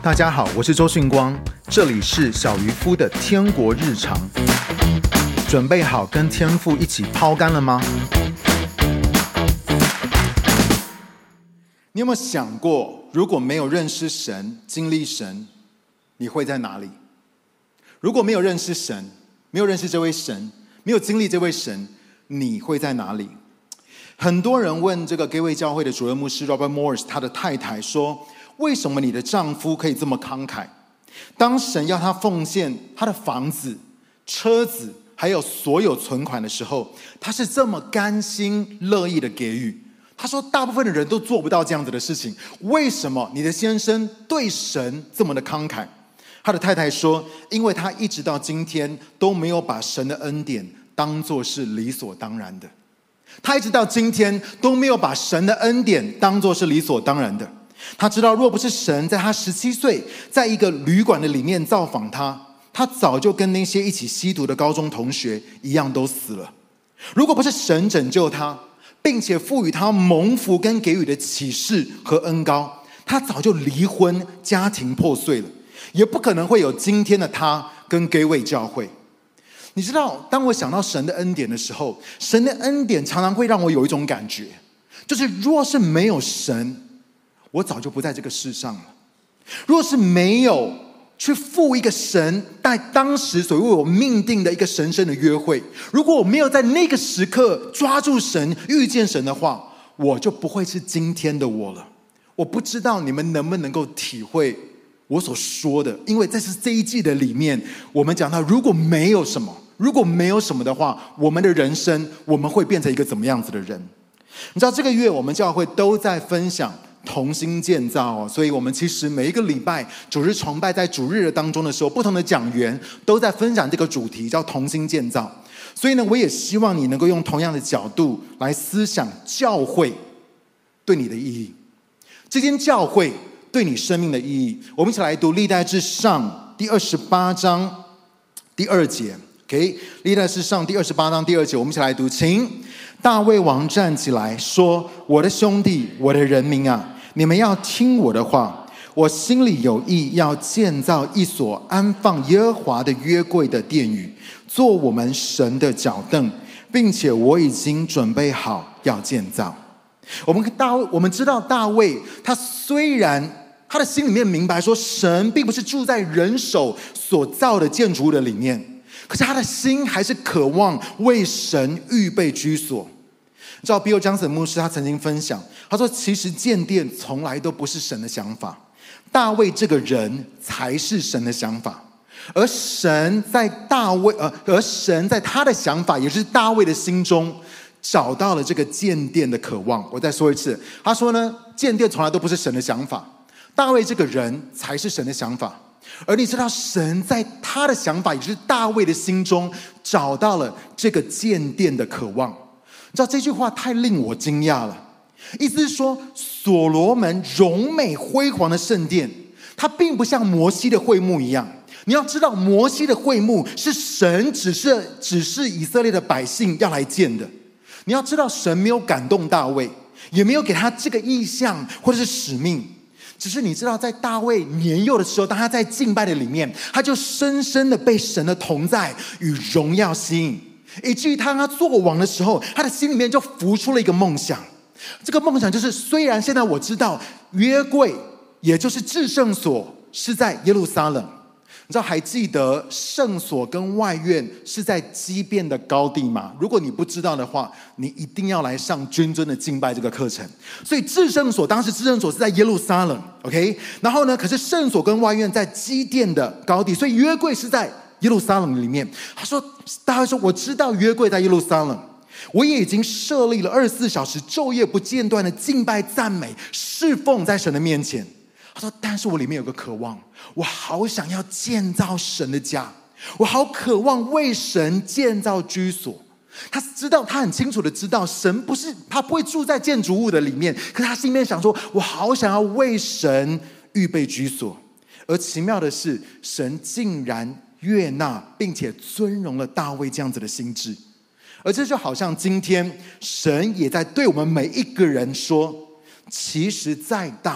大家好，我是周迅光，这里是小渔夫的天国日常。准备好跟天父一起抛竿了吗？你有没有想过，如果没有认识神、经历神，你会在哪里？如果没有认识神，没有认识这位神，没有经历这位神，你会在哪里？很多人问这个Gateway教会的主任牧师 Robert Morris 他的太太说，为什么你的丈夫可以这么慷慨？当神要他奉献他的房子、车子还有所有存款的时候，他是这么甘心乐意的给予。他说大部分的人都做不到这样子的事情，为什么你的先生对神这么的慷慨？他的太太说，因为他一直到今天都没有把神的恩典当作是理所当然的。他一直到今天都没有把神的恩典当作是理所当然的。他知道若不是神在他17岁在一个旅馆的里面造访他，他早就跟那些一起吸毒的高中同学一样都死了。如果不是神拯救他，并且赋予他蒙福跟给予的启示和恩膏，他早就离婚，家庭破碎了，也不可能会有今天的他跟Gateway教会。你知道，当我想到神的恩典的时候，神的恩典常常会让我有一种感觉，就是若是没有神，我早就不在这个世上了。若是没有去赴一个神在当时所为我命定的一个神圣的约会，如果我没有在那个时刻抓住神、遇见神的话，我就不会是今天的我了。我不知道你们能不能够体会我所说的，因为在这一季的里面，我们讲到如果没有什么的话，我们的人生我们会变成一个怎么样子的人？你知道这个月我们教会都在分享同心建造所以我们其实每一个礼拜主日崇拜在主日的当中的时候，不同的讲员都在分享这个主题，叫同心建造。所以呢，我也希望你能够用同样的角度来思想教会对你的意义，这间教会对你生命的意义。我们一起来读历代志上第28章第2节。历代志上第28章第2节，我们一起来读，请。大卫王站起来说，我的兄弟，我的人民啊，你们要听我的话。我心里有意要建造一所安放耶和华的约柜的殿宇，做我们神的脚凳，并且我已经准备好要建造。我们知道大卫，他虽然他的心里面明白说，神并不是住在人手所造的建筑物的里面，可是他的心还是渴望为神预备居所。你知道 Bill Johnson 牧师他曾经分享，他说其实建殿从来都不是神的想法，大卫这个人才是神的想法，而神在他的想法，也就是大卫的心中找到了这个建殿的渴望。我再说一次，他说呢，建殿从来都不是神的想法，大卫这个人才是神的想法。而你知道神在他的想法，也就是大卫的心中找到了这个建殿的渴望。你知道这句话太令我惊讶了，意思是说所罗门荣美辉煌的圣殿，它并不像摩西的会幕一样。你要知道，摩西的会幕是神指示以色列的百姓要来建的。你要知道，神没有感动大卫，也没有给他这个意向或者是使命，只是你知道，在大卫年幼的时候，当他在敬拜的里面，他就深深的被神的同在与荣耀吸引，以至于当他做王的时候，他的心里面就浮出了一个梦想。这个梦想就是，虽然现在我知道约柜，也就是至圣所是在耶路撒冷，你知道还记得圣所跟外院是在基遍的高地吗？如果你不知道的话，你一定要来上君尊的敬拜这个课程。所以至圣所，当时至圣所是在耶路撒冷 OK， 然后呢，可是圣所跟外院在基甸的高地，所以约柜是在耶路撒冷里面。大卫说，我知道约柜在耶路撒冷，我也已经设立了24小时昼夜不间断的敬拜赞美侍奉在神的面前。他说，但是我里面有个渴望，我好想要建造神的家，我好渴望为神建造居所。他很清楚的知道，神他不会住在建筑物的里面，可是他心里面想说，我好想要为神预备居所。而奇妙的是，神竟然悦纳并且尊荣了大卫这样子的心志。而这就好像今天神也在对我们每一个人说，其实再大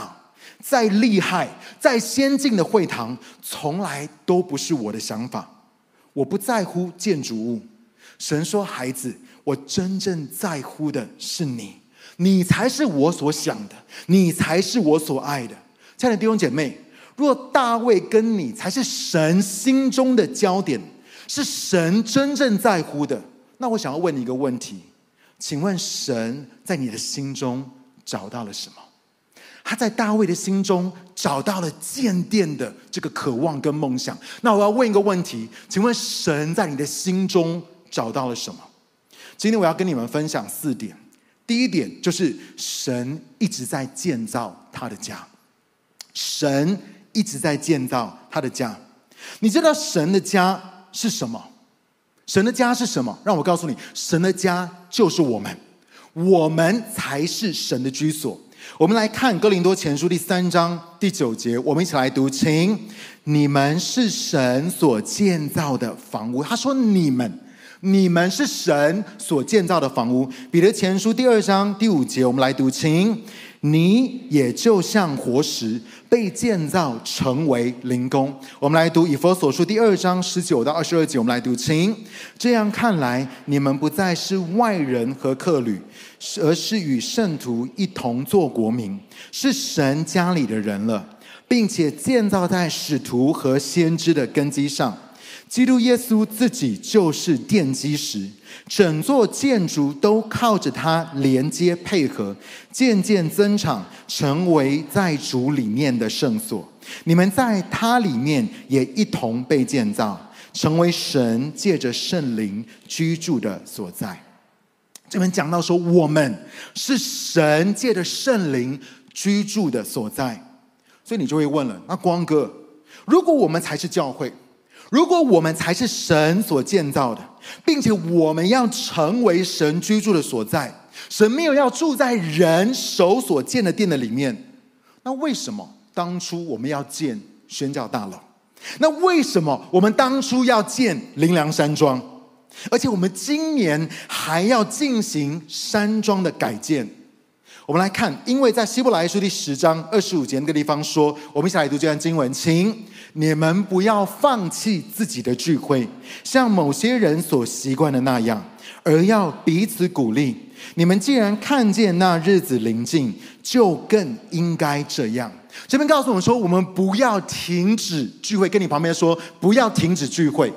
再厉害、再先进的会堂，从来都不是我的想法。我不在乎建筑物。神说：孩子，我真正在乎的是你，你才是我所想的，你才是我所爱的。亲爱的弟兄姐妹，若大卫跟你才是神心中的焦点，是神真正在乎的，那我想要问你一个问题，请问神在你的心中找到了什么？他在大卫的心中找到了建殿的这个渴望跟梦想。那我要问一个问题，请问神在你的心中找到了什么？今天我要跟你们分享4点。第一点就是神一直在建造他的家。神一直在建造他的家。你知道神的家是什么？神的家是什么？让我告诉你，神的家就是我们，我们才是神的居所。我们来看哥林多前书第3章第9节，我们一起来读，请。你们是神所建造的房屋。他说你们是神所建造的房屋。彼得前书第2章第5节，我们来读，请。你也就像活石被建造成为灵宫。我们来读以弗所书第2章19到22节，我们来读，请。这样看来，你们不再是外人和客旅，而是与圣徒一同做国民，是神家里的人了，并且建造在使徒和先知的根基上。基督耶稣自己就是奠基石，整座建筑都靠着他连接配合，渐渐增长，成为在主里面的圣所。你们在他里面也一同被建造，成为神借着圣灵居住的所在。这边讲到说，我们是神借着圣灵居住的所在。所以你就会问了，那光哥，如果我们才是教会，如果我们才是神所建造的，并且我们要成为神居住的所在，神没有要住在人手所建的殿的里面，那为什么当初我们要建宣教大楼？那为什么我们当初要建灵粮山庄？而且我们今年还要进行山庄的改建。我们来看，因为在希伯来书第10章25节那个地方说，我们一起来读这段经文，请。你们不要放弃自己的聚会，像某些人所习惯的那样，而要彼此鼓励。你们既然看见那日子临近，就更应该这样。这边告诉我们说，我们不要停止聚会。跟你旁边说，不要停止聚会。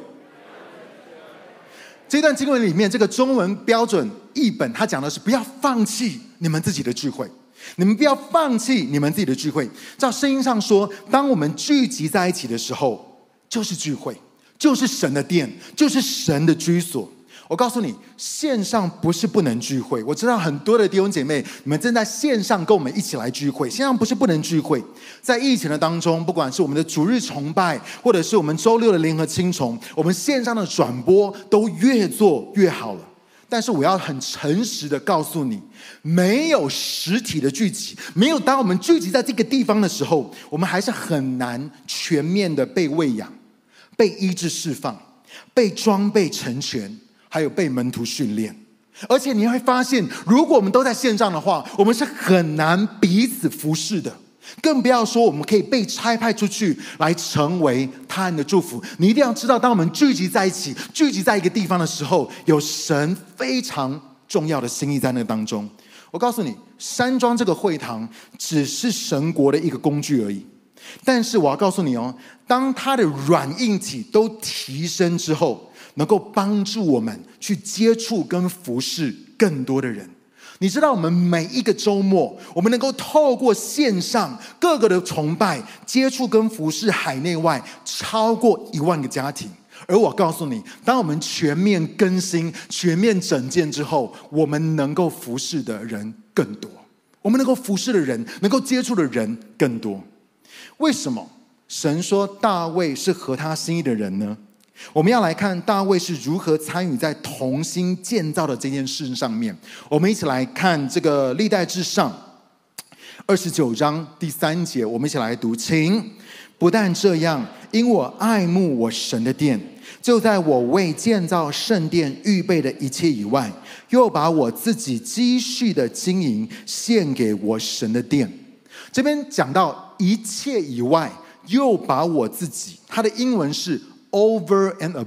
这段经文里面，这个中文标准译本，它讲的是不要放弃你们自己的聚会。你们不要放弃你们自己的聚会。照圣经上说，当我们聚集在一起的时候，就是聚会，就是神的殿，就是神的居所。我告诉你，线上不是不能聚会。我知道很多的弟兄姐妹，你们正在线上跟我们一起来聚会。线上不是不能聚会，在疫情的当中，不管是我们的主日崇拜，或者是我们周6的联合青虫，我们线上的转播都越做越好了。但是我要很诚实的告诉你，没有实体的聚集，没有当我们聚集在这个地方的时候，我们还是很难全面的被喂养、被医治释放、被装备成全，还有被门徒训练。而且你会发现，如果我们都在线上的话，我们是很难彼此服侍的，更不要说我们可以被差派出去来成为他人的祝福。你一定要知道，当我们聚集在一起，聚集在一个地方的时候，有神非常重要的心意在那当中。我告诉你，山庄这个会堂只是神国的一个工具而已。但是我要告诉你哦，当它的软硬体都提升之后，能够帮助我们去接触跟服侍更多的人。你知道，我们每一个周末，我们能够透过线上各个的崇拜，接触跟服侍海内外超过1万个家庭。而我告诉你，当我们全面更新、全面整建之后，我们能够服侍的人更多，我们能够服侍的人、能够接触的人更多。为什么神说大卫是合他心意的人呢？我们要来看大卫是如何参与在同心建造的这件事上面。我们一起来看这个历代志上29章第3节，我们一起来读，请。不但这样，因我爱慕我神的殿，就在我为建造圣殿预备的一切以外，又把我自己积蓄的金银献给我神的殿。 这边讲到一切以外，又把我自己，它的英文是 over and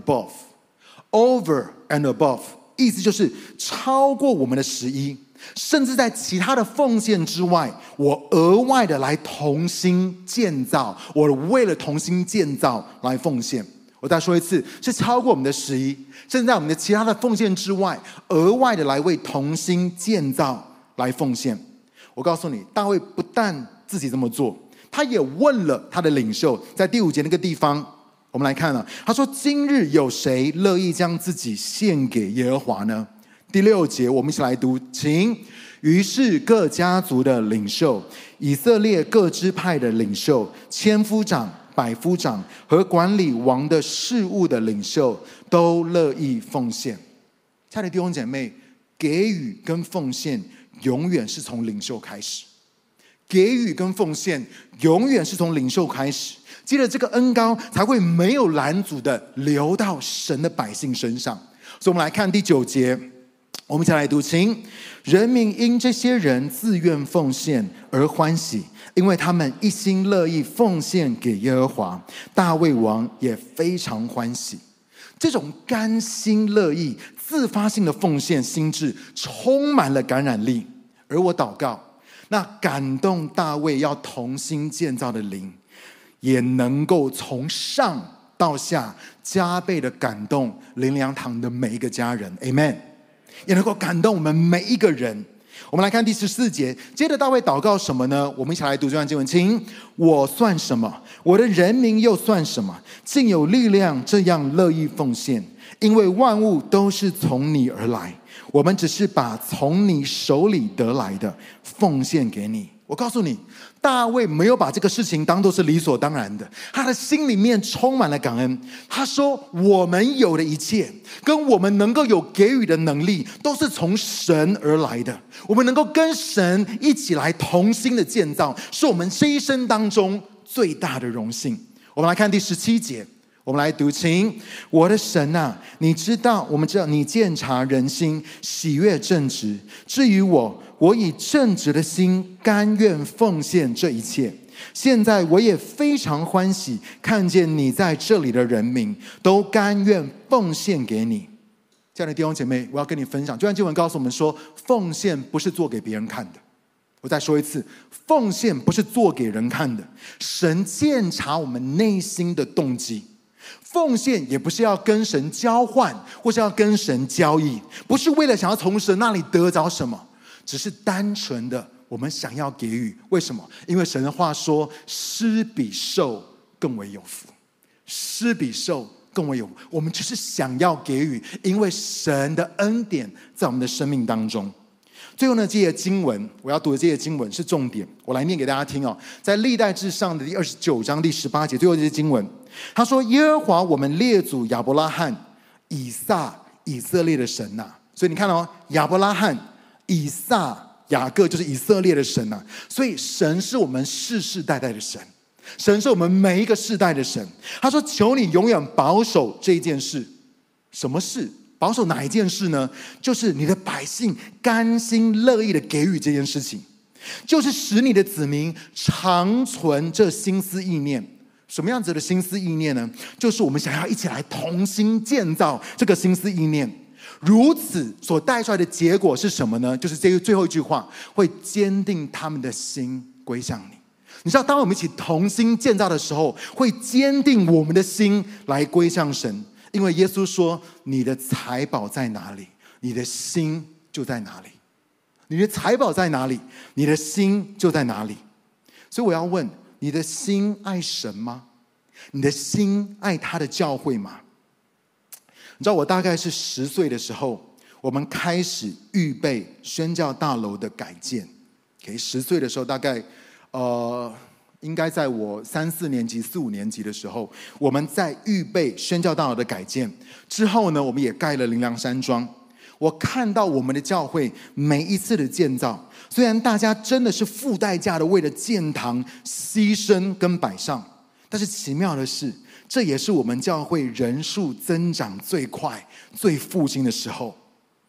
above，over and above， 意思就是超过我们的11，甚至在其他的奉献之外，我额外的来同心建造，我为了同心建造来奉献。我再说一次，是超过我们的11，甚至在我们的其他的奉献之外，额外的来为同心建造来奉献。我告诉你，大卫不但自己这么做，他也问了他的领袖。在第5节那个地方，我们来看他说：今日有谁乐意将自己献给耶和华呢？第6节我们一起来读，请。于是各家族的领袖，以色列各支派的领袖，千夫长、百夫长和管理王的事务的领袖都乐意奉献。亲爱的弟兄姐妹，给予跟奉献永远是从领袖开始，给予跟奉献永远是从领袖开始，接着这个恩膏才会没有拦阻的流到神的百姓身上。所以我们来看第9节，我们一起来读，请。人民因这些人自愿奉献而欢喜，因为他们一心乐意奉献给耶和华。大卫王也非常欢喜。这种甘心乐意、自发性的奉献心智，充满了感染力。而我祷告，那感动大卫要同心建造的灵，也能够从上到下加倍的感动灵粮堂的每一个家人 Amen， 也能够感动我们每一个人。我们来看第14节，接着大卫祷告什么呢？我们一起来读这段经文，请。我算什么？我的人民又算什么？竟有力量这样乐意奉献，因为万物都是从你而来，我们只是把从你手里得来的奉献给你。我告诉你，大卫没有把这个事情当作是理所当然的，他的心里面充满了感恩。他说我们有的一切跟我们能够有给予的能力都是从神而来的，我们能够跟神一起来同心的建造，是我们这一生当中最大的荣幸。我们来看第17节，我们来读，请。我的神啊，我们知道你鉴察人心，喜悦正直。至于我以正直的心甘愿奉献这一切。现在我也非常欢喜，看见你在这里的人民都甘愿奉献给你。亲爱的弟兄姐妹，我要跟你分享，这段经文告诉我们说，奉献不是做给别人看的。我再说一次，奉献不是做给人看的，神鉴察我们内心的动机。奉献也不是要跟神交换，或是要跟神交易，不是为了想要从神那里得着什么，只是单纯的我们想要给予。为什么？因为神的话说，施比受更为有福，施比受更为有福。我们就是想要给予，因为神的恩典在我们的生命当中。最后呢，这些经文我要读的这些经文是重点，我来念给大家听在历代志上的第29章第18节，最后这些经文，他说：耶和华我们列祖亚伯拉罕、以撒、以色列的神呐。所以你看亚伯拉罕、以撒、雅各就是以色列的神呐。所以神是我们世世代代的神，神是我们每一个世代的神。他说：求你永远保守这一件事。什么事？保守哪一件事呢？就是你的百姓甘心乐意的给予这件事情，就是使你的子民长存这心思意念。什么样子的心思意念呢？就是我们想要一起来同心建造这个心思意念。如此所带出来的结果是什么呢？就是这个最后一句话，会坚定他们的心归向你。你知道，当我们一起同心建造的时候，会坚定我们的心来归向神。因为耶稣说，你的财宝在哪里，你的心就在哪里。你的财宝在哪里，你的心就在哪里。所以我要问，你的心爱神吗？你的心爱他的教会吗？你知道，我大概是10岁的时候，我们开始预备宣教大楼的改建。10岁的时候，大概应该在我3、4年级、4、5年级的时候，我们在预备宣教大楼的改建之后呢，我们也盖了灵粮山庄。我看到我们的教会每一次的建造，虽然大家真的是付代价的为了建堂牺牲跟摆上，但是奇妙的是，这也是我们教会人数增长最快、最复兴的时候。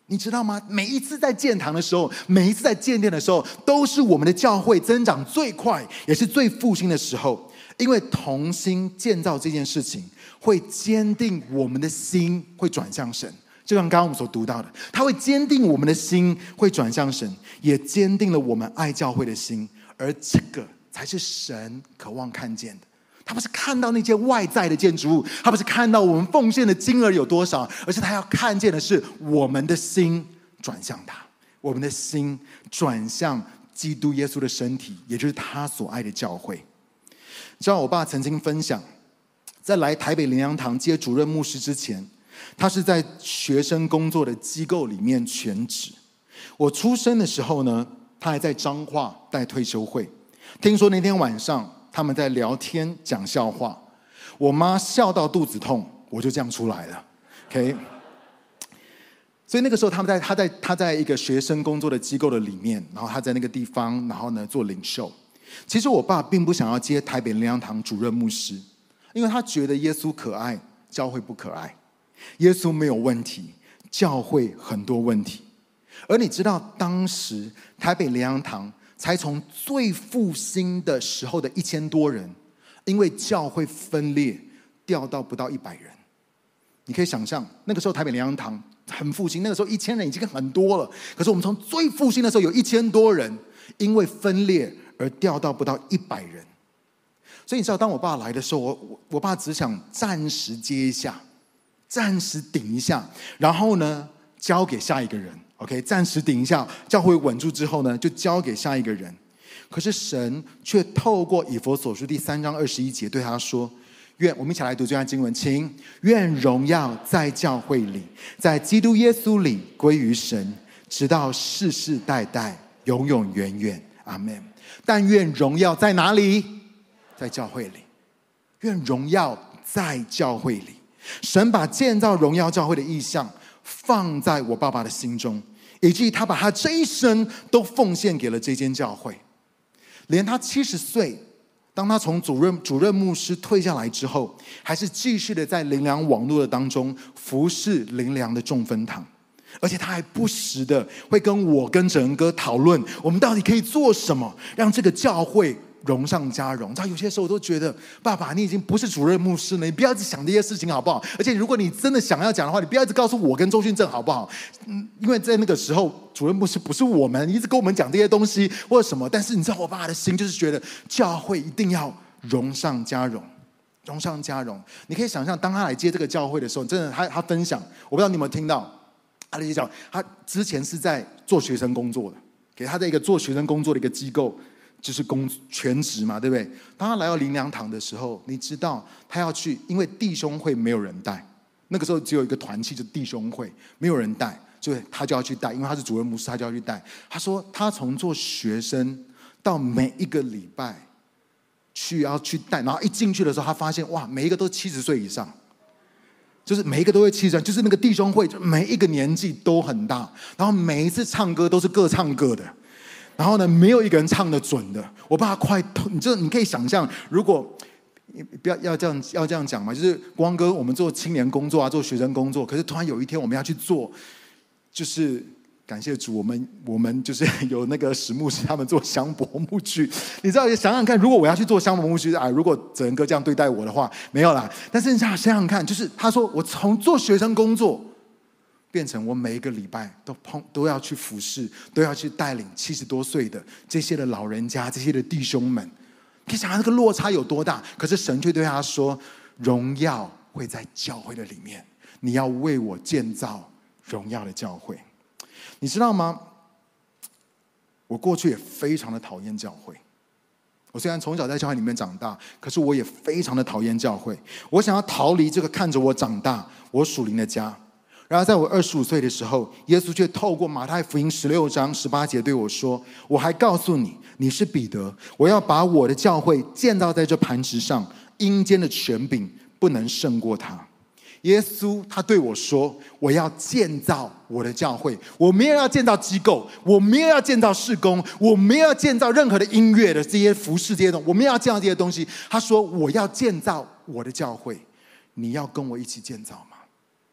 你知道吗？每一次在建堂的时候，每一次在建殿的时候，都是我们的教会增长最快，也是最复兴的时候。因为同心建造这件事情，会坚定我们的心会转向神。就像刚刚我们所读到的，它会坚定我们的心会转向神，也坚定了我们爱教会的心。而这个才是神渴望看见的。他不是看到那些外在的建筑物，他不是看到我们奉献的金额有多少，而是他要看见的是我们的心转向他，我们的心转向基督耶稣的身体，也就是他所爱的教会。知道我爸曾经分享，在来台北灵粮堂接主任牧师之前，他是在学生工作的机构里面全职。我出生的时候呢，他还在彰化带退休会。听说那天晚上他们在聊天讲笑话，我妈笑到肚子痛，我就这样出来了。OK， 所以那个时候他在一个学生工作的机构的里面，然后他在那个地方，然后呢做领袖。其实我爸并不想要接台北灵粮堂主任牧师，因为他觉得耶稣可爱，教会不可爱。耶稣没有问题，教会很多问题。而你知道当时台北灵粮堂才从最复兴的时候的1000多人，因为教会分裂掉到不到100人。你可以想象那个时候台北灵粮堂很复兴，那个时候1000人已经很多了，可是我们从最复兴的时候有1000多人，因为分裂而掉到不到100人。所以你知道当我爸来的时候，我爸只想暂时接一下，暂时顶一下，然后呢交给下一个人。OK， 暂时顶一下，教会稳住之后呢，就交给下一个人。可是神却透过以弗所书第3章21节对他说：愿我们一起来读这段经文，请愿荣耀在教会里，在基督耶稣里归于神，直到世世代代，永永远远。阿们。但愿荣耀在哪里？在教会里。愿荣耀在教会里。神把建造荣耀教会的意向放在我爸爸的心中，以至于他把他这一生都奉献给了这间教会。连他70岁，当他从主任牧师退下来之后，还是继续的在灵粮网络的当中服侍灵粮的众分堂。而且他还不时的会跟我跟哲恩哥讨论，我们到底可以做什么让这个教会荣上加荣。有些时候我都觉得，爸爸你已经不是主任牧师了，你不要一直想这些事情好不好？而且如果你真的想要讲的话，你不要一直告诉我跟周训正好不好？因为在那个时候主任牧师不是我们，你一直跟我们讲这些东西或者什么。但是你知道我爸的心就是觉得教会一定要荣上加荣，荣上加荣。你可以想象当他来接这个教会的时候，真的他分享，我不知道你有没有听到，他就讲他之前是在做学生工作的，给他在一个做学生工作的一个机构，就是全职嘛，对不对？当他来到灵粮堂的时候，你知道他要去，因为弟兄会没有人带，那个时候只有一个团契，就弟兄会没有人带，所以他就要去带，因为他是主任牧师，他就要去带。他说他从做学生到每一个礼拜要去带，然后一进去的时候，他发现哇，每一个都70岁以上。就是每一个都会70岁，就是那个弟兄会，每一个年纪都很大，然后每一次唱歌都是各唱各的，然后呢，没有一个人唱得准的。我爸快痛，你可以想象，如果不要这样讲嘛，就是光哥，我们做青年工作啊，做学生工作，可是突然有一天我们要去做，就是感谢主，我们就是有那个史牧师他们做香柏木剧，你知道，想想看，如果我要去做香柏木剧啊，如果哲恩哥这样对待我的话，没有啦。但是你想想看，就是他说我从做学生工作变成我每一个礼拜都要去服侍，都要去带领70多岁的这些的老人家，这些的弟兄们，你可以想象那个落差有多大。可是神却对他说，荣耀会在教会的里面，你要为我建造荣耀的教会。你知道吗？我过去也非常的讨厌教会。我虽然从小在教会里面长大，可是我也非常的讨厌教会。我想要逃离这个看着我长大、我属灵的家。然而在我25岁的时候，耶稣却透过马太福音16章18节对我说：我还告诉你，你是彼得，我要把我的教会建造在这磐石上，阴间的权柄不能胜过它。耶稣他对我说，我要建造我的教会，我没有要建造机构，我没有要建造事工，我没有要建造任何的音乐的这些服饰这些东西，我没有要建造这些东西。他说我要建造我的教会，你要跟我一起建造吗？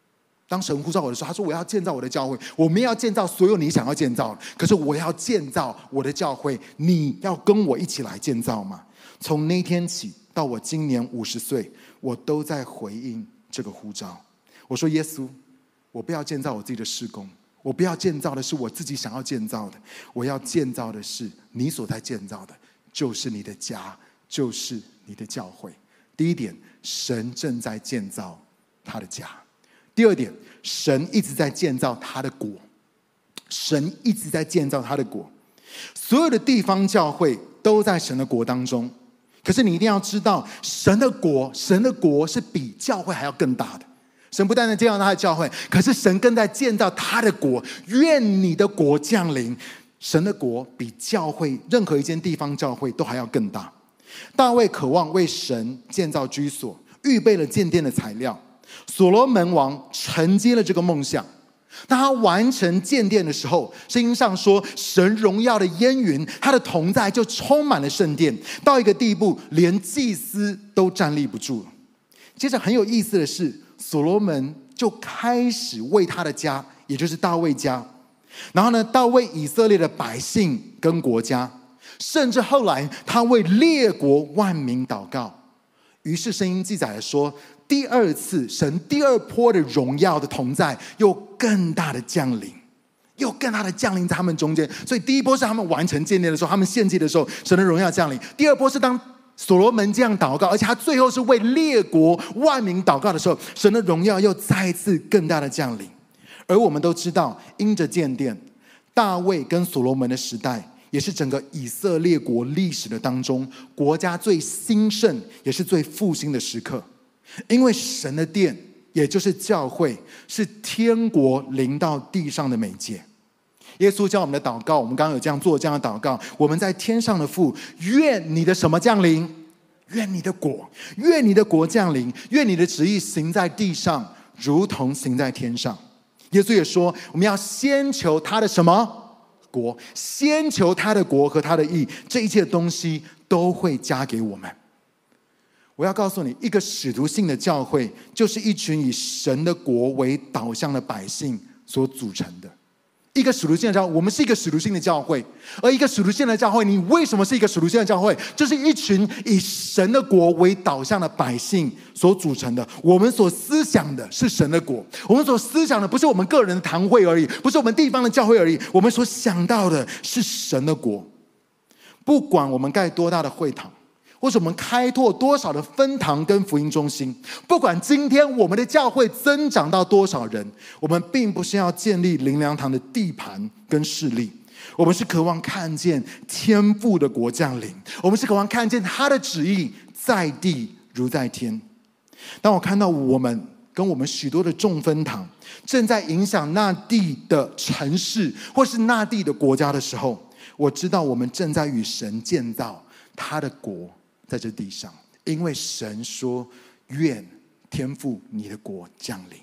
当神呼召我的时候，他说我要建造我的教会，我们要建造所有你想要建造的，可是我要建造我的教会，你要跟我一起来建造吗？从那天起到我今年50岁，我都在回应这个呼召。我说耶稣，我不要建造我自己的事工，我不要建造的是我自己想要建造的，我要建造的是你所在建造的，就是你的家，就是你的教会。第一点，神正在建造他的家。第二点，神一直在建造他的国，神一直在建造他的国。所有的地方教会都在神的国当中，可是你一定要知道，神的国是比教会还要更大的。神不但在建造他的教会，可是神更在建造他的国。愿你的国降临。神的国比教会任何一间地方教会都还要更大。大卫渴望为神建造居所，预备了建殿的材料。所罗门王承接了这个梦想。当他完成建殿的时候，圣经上说，神荣耀的烟云，他的同在就充满了圣殿，到一个地步，连祭司都站立不住了。接着很有意思的是，所罗门就开始为他的家，也就是大卫家，然后呢，到为以色列的百姓跟国家，甚至后来他为列国万民祷告。于是圣经记载了说，第二次神第二波的荣耀的同在又更大的降临，在他们中间。所以第一波是他们完成建殿的时候，他们献祭的时候，神的荣耀降临。第二波是当所罗门这样祷告，而且他最后是为列国万民祷告的时候，神的荣耀又再一次更大的降临。而我们都知道，因着建殿，大卫跟所罗门的时代也是整个以色列国历史的当中国家最兴盛也是最复兴的时刻。因为神的殿也就是教会，是天国临到地上的媒介。耶稣教我们的祷告，我们刚刚有这样做这样的祷告，我们在天上的父，愿你的什么降临？愿你的国降临，愿你的旨意行在地上如同行在天上。耶稣也说，我们要先求他的什么国？先求他的国和他的义，这一切东西都会加给我们。我要告诉你，一个使徒性的教会就是一群以神的国为导向的百姓所组成的。一个使徒性的教会，我们是一个使徒性的教会。而一个使徒性的教会，你为什么是一个使徒性的教会？就是一群以神的国为导向的百姓所组成的。我们所思想的是神的国，我们所思想的不是我们个人的堂会而已，不是我们地方的教会而已，我们所想到的是神的国。不管我们盖多大的会堂，或者我们开拓多少的分堂跟福音中心，不管今天我们的教会增长到多少人，我们并不是要建立灵粮堂的地盘跟势力，我们是渴望看见天父的国降临，我们是渴望看见他的旨意在地如在天。当我看到我们跟我们许多的众分堂正在影响那地的城市或是那地的国家的时候，我知道我们正在与神建造他的国在这地上。因为神说，愿天父你的国降临。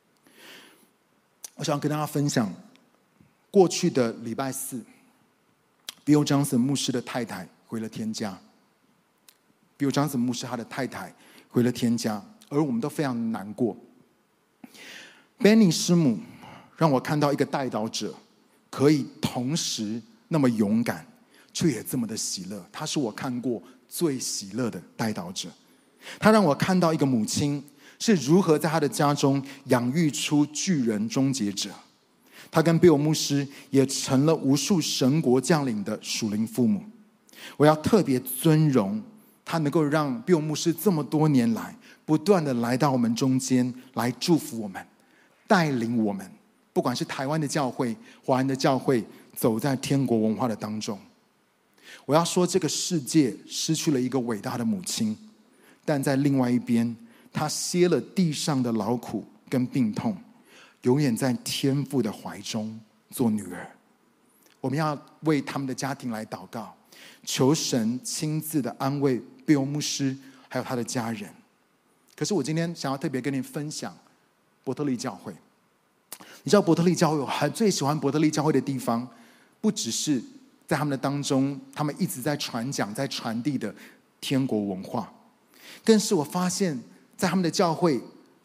我想要跟大家分享，过去的礼拜四 Bill Johnson 牧师的太太回了天家。Bill Johnson 牧师他的太太回了天家，而我们都非常难过。Benny 师母让我看到一个代祷者可以同时那么勇敢，却也这么的喜乐。他是我看过最喜乐的代祷者。他让我看到一个母亲是如何在他的家中养育出巨人终结者。他跟比尔牧师也成了无数神国降临的属灵父母。我要特别尊荣他能够让比尔牧师这么多年来不断的来到我们中间，来祝福我们，带领我们，不管是台湾的教会、华人的教会，走在天国文化的当中。我要说，这个世界失去了一个伟大的母亲，但在另外一边，她歇了地上的劳苦跟病痛，永远在天父的怀中做女儿。我们要为他们的家庭来祷告，求神亲自的安慰比尔牧师还有他的家人。可是我今天想要特别跟您分享伯特利教会。你知道伯特利教会，我最喜欢伯特利教会的地方，不只是在他们的当中，他们一直在传讲、在传递的天国文化，更是我发现在他们的教会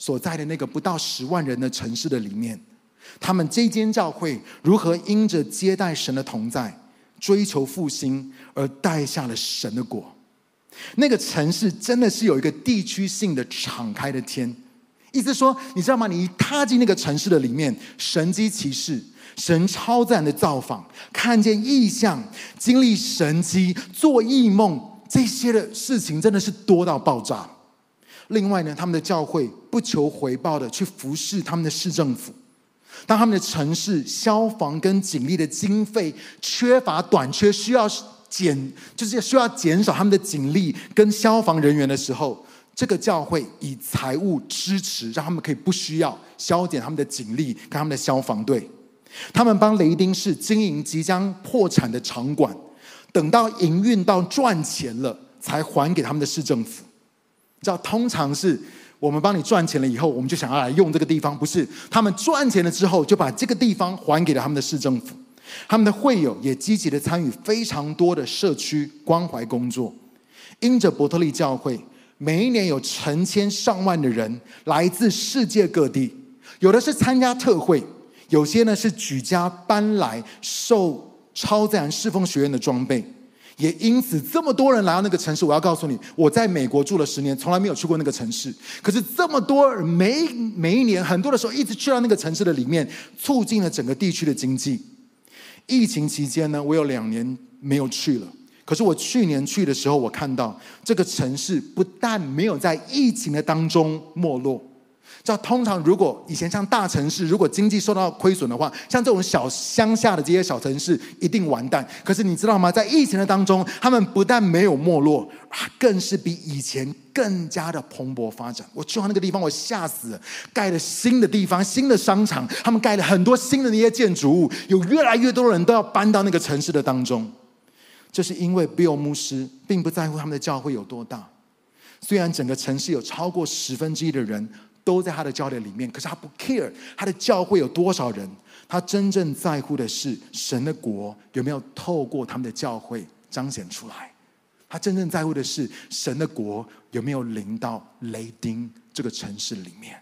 所在的那个不到10万人的城市的里面，他们这间教会如何因着接待神的同在，追求复兴而带下了神的国。那个城市真的是有一个地区性的敞开的天，意思说，你知道吗？你一踏进那个城市的里面，神迹奇事，神超自然的造访，看见异象，经历神迹，做异梦，这些的事情真的是多到爆炸。另外呢，他们的教会不求回报的去服侍他们的市政府。当他们的城市消防跟警力的经费缺乏短缺，需要减少他们的警力跟消防人员的时候，这个教会以财务支持，让他们可以不需要削减他们的警力跟他们的消防队。他们帮雷丁市经营即将破产的场馆，等到营运到赚钱了才还给他们的市政府。你知道，通常是我们帮你赚钱了以后，我们就想要来用这个地方，不是，他们赚钱了之后就把这个地方还给了他们的市政府。他们的会友也积极的参与非常多的社区关怀工作。因着伯特利教会，每一年有成千上万的人来自世界各地，有的是参加特会，有些呢是举家搬来受超自然侍奉学院的装备。也因此这么多人来到那个城市，我要告诉你，我在美国住了10年，从来没有去过那个城市，可是这么多人每一年很多的时候一直去到那个城市的里面，促进了整个地区的经济。疫情期间呢，我有2年没有去了，可是我去年去的时候，我看到这个城市不但没有在疫情的当中没落。通常如果以前像大城市，如果经济受到亏损的话，像这种小乡下的这些小城市一定完蛋。可是你知道吗？在疫情的当中，他们不但没有没落，更是比以前更加的蓬勃发展。我去到那个地方，我吓死了，盖了新的地方，新的商场，他们盖了很多新的那些建筑物，有越来越多的人都要搬到那个城市的当中。这是因为 Bill 牧师并不在乎他们的教会有多大，虽然整个城市有超过1/10的人都在他的教会里面，可是他不 care 他的教会有多少人，他真正在乎的是神的国有没有透过他们的教会彰显出来。他真正在乎的是神的国有没有临到雷丁这个城市里面。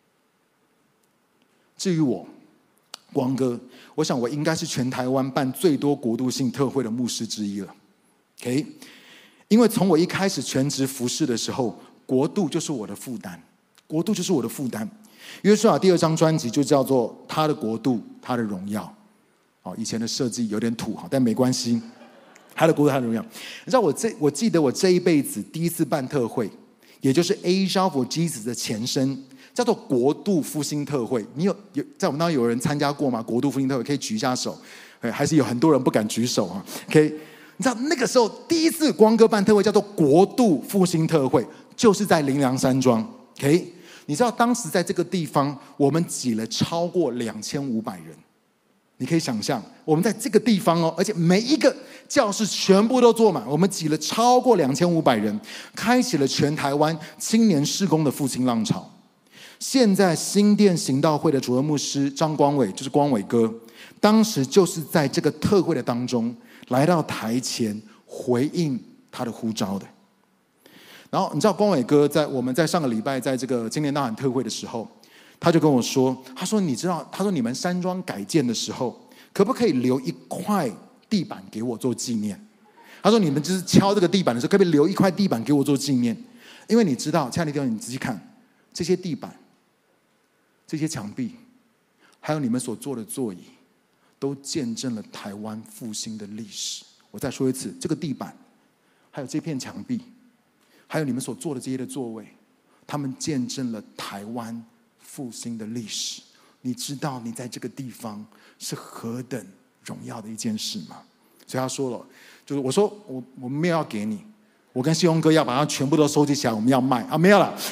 至于我光哥，我想我应该是全台湾办最多国度性特会的牧师之一了。OK， 因为从我一开始全职服事的时候，国度就是我的负担。国度就是我的负担。约书亚第2章专辑就叫做他的国度他的荣耀。以前的设计有点土，但没关系，他的国度他的荣耀。你知道我记得我这一辈子第一次办特会，也就是 Asia for Jesus 的前身，叫做国度复兴特会。你有在我们当中有人参加过吗？国度复兴特会可以举一下手。还是有很多人不敢举手啊。OK， 你知道那个时候第一次光哥办特会叫做国度复兴特会，就是在灵粮山庄。OK，你知道当时在这个地方，我们挤了超过2500人。你可以想象，我们在这个地方而且每一个教室全部都坐满，我们挤了超过2500人，开启了全台湾青年事工的复兴浪潮。现在新店行道会的主任牧师张光伟，就是光伟哥，当时就是在这个特会的当中来到台前回应他的呼召的。然后你知道光伟哥我们在上个礼拜在这个青年大喊特会的时候，他就跟我说，他说你知道，他说你们山庄改建的时候，可不可以留一块地板给我做纪念？他说你们就是敲这个地板的时候，可不可以留一块地板给我做纪念？因为你知道，亲爱的弟兄，你仔细看这些地板、这些墙壁，还有你们所坐的座椅，都见证了台湾复兴的历史。我再说一次，这个地板，还有这片墙壁，还有你们所坐的这些的座位，他们见证了台湾复兴的历史。你知道你在这个地方是何等荣耀的一件事吗？所以他说了，就是我说我们没有要给你，我跟西红哥要把它全部都收集起来，我们要卖啊，没有了。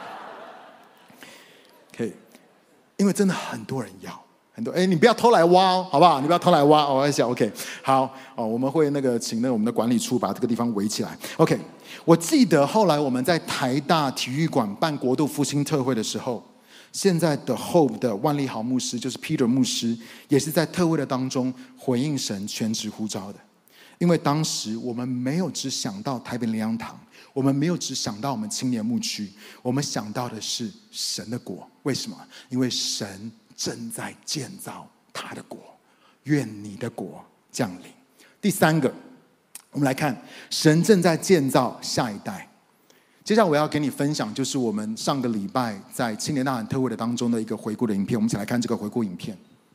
可以，因为真的很多人要。很多你不要偷来挖哦，好不好？你不要偷来挖。我在想 ，OK， 好我们会请我们的管理处把这个地方围起来。OK， 我记得后来我们在台大体育馆办国度复兴特会的时候，现在的 Hope 的万利豪牧师，就是 Peter 牧师，也是在特会的当中回应神全职呼召的。 因为当时我们没有只想到台北灵粮堂，我们没有只想到我们青年牧区，我们想到的是神的国。为什么？因为神正在建造他的国，愿你的国降临。第三个，我们来看神正在建造下一代。接下来我要跟你分享，就是我们上个礼拜在青年大喊特会的当中的一个回顾的影片。我们一起来看这个回顾影片。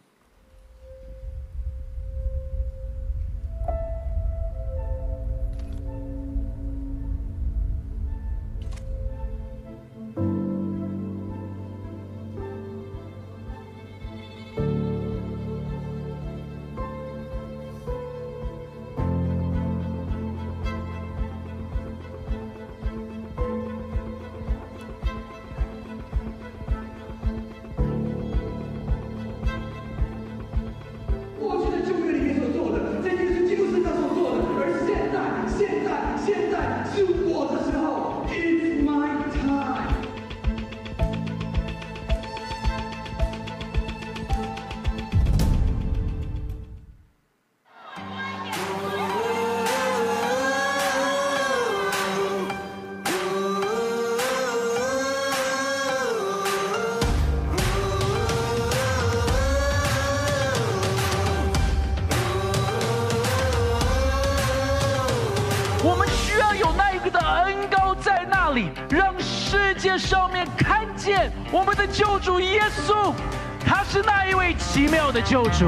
让世界上面看见我们的救主耶稣，他是那一位奇妙的救主。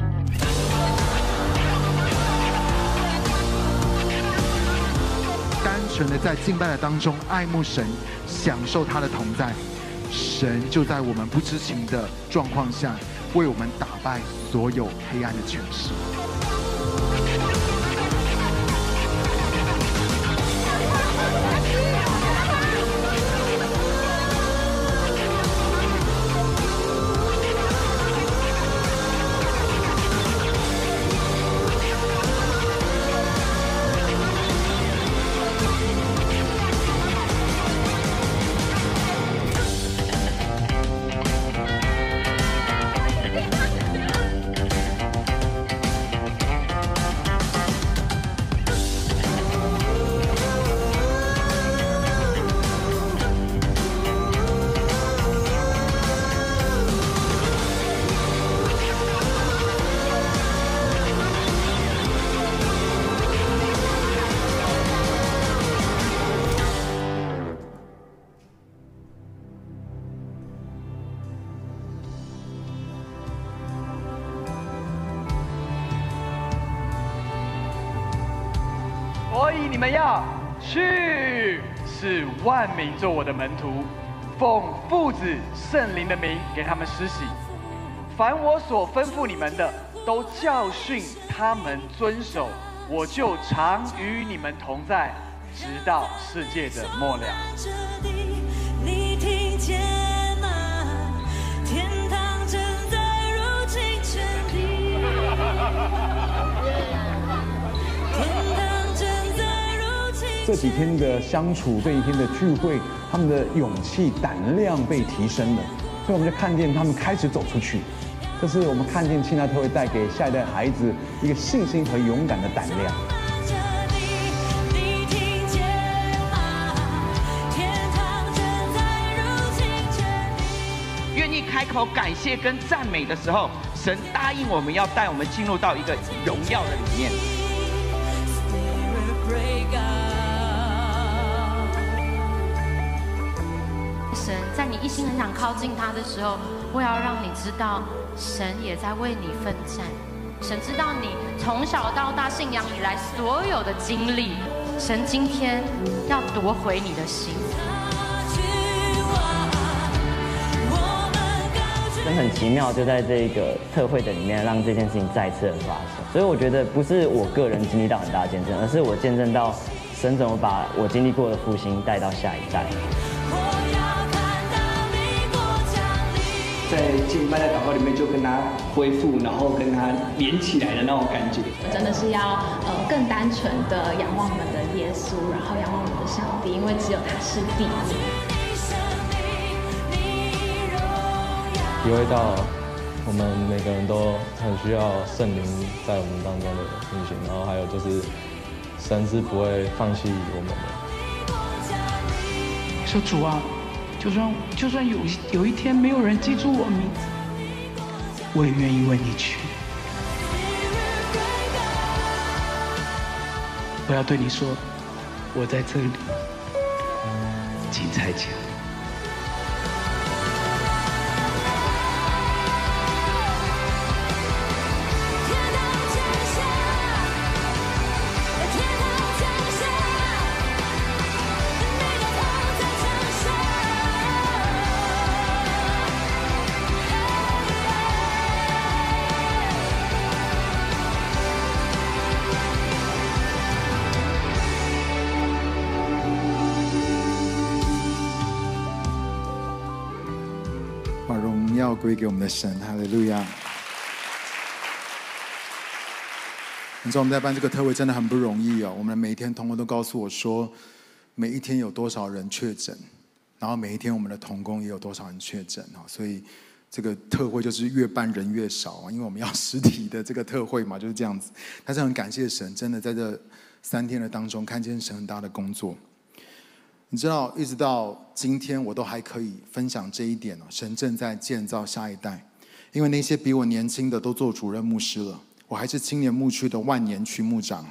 单纯的在敬拜的当中爱慕神，享受他的同在，神就在我们不知情的状况下，为我们打败所有黑暗的权势。 所以你们要去，使万民做我的门徒，奉父子圣灵的名给他们施洗。凡我所吩咐你们的，都教训他们遵守，我就常与你们同在，直到世界的末了。你听见吗？天堂正在入侵全地。 这几天的相处，这一天的聚会，他们的勇气、胆量被提升了，所以我们就看见他们开始走出去。这是我们看见青大特会带给下一代孩子一个信心和勇敢的胆量。 愿意开口感谢跟赞美的时候，神答应我们要带我们进入到一个荣耀的里面。 神在你一心很想靠近他的时候，我要让你知道，神也在为你奋战。神知道你从小到大信仰以来所有的经历，神今天要夺回你的心。 神很奇妙，就在这个特会的里面，让这件事情再次的发生。所以我觉得不是我个人经历到很大的见证，而是我见证到神怎么把我经历过的复兴带到下一代。 在敬拜的祷告里面，就跟他恢复，然后跟他连起来的那种感觉。 真的是要更单纯的仰望我们的耶稣，然后仰望我们的上帝，因为只有他是第一。 体会到我们每个人都很需要圣灵在我们当中的运行，然后还有就是神是不会放弃我们的。 说主啊，就算有一天没有人记住我名字，我也愿意为你去。我要对你说，我在这里，精彩讲。 把荣耀归给我们的神，哈利路亚！你知道我们在办这个特会真的很不容易哦。我们每一天同工都告诉我说，每一天有多少人确诊，然后每一天我们的同工也有多少人确诊啊。所以这个特会就是越办人越少啊，因为我们要实体的这个特会嘛，就是这样子。但是很感谢神，真的在这3天的当中看见神很大的工作。你知道，一直到今天我都还可以分享这一点哦。神正在建造下一代，因为那些比我年轻的都做主任牧师了，我还是青年牧区的万年区牧长。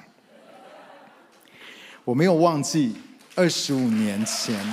我没有忘记25年前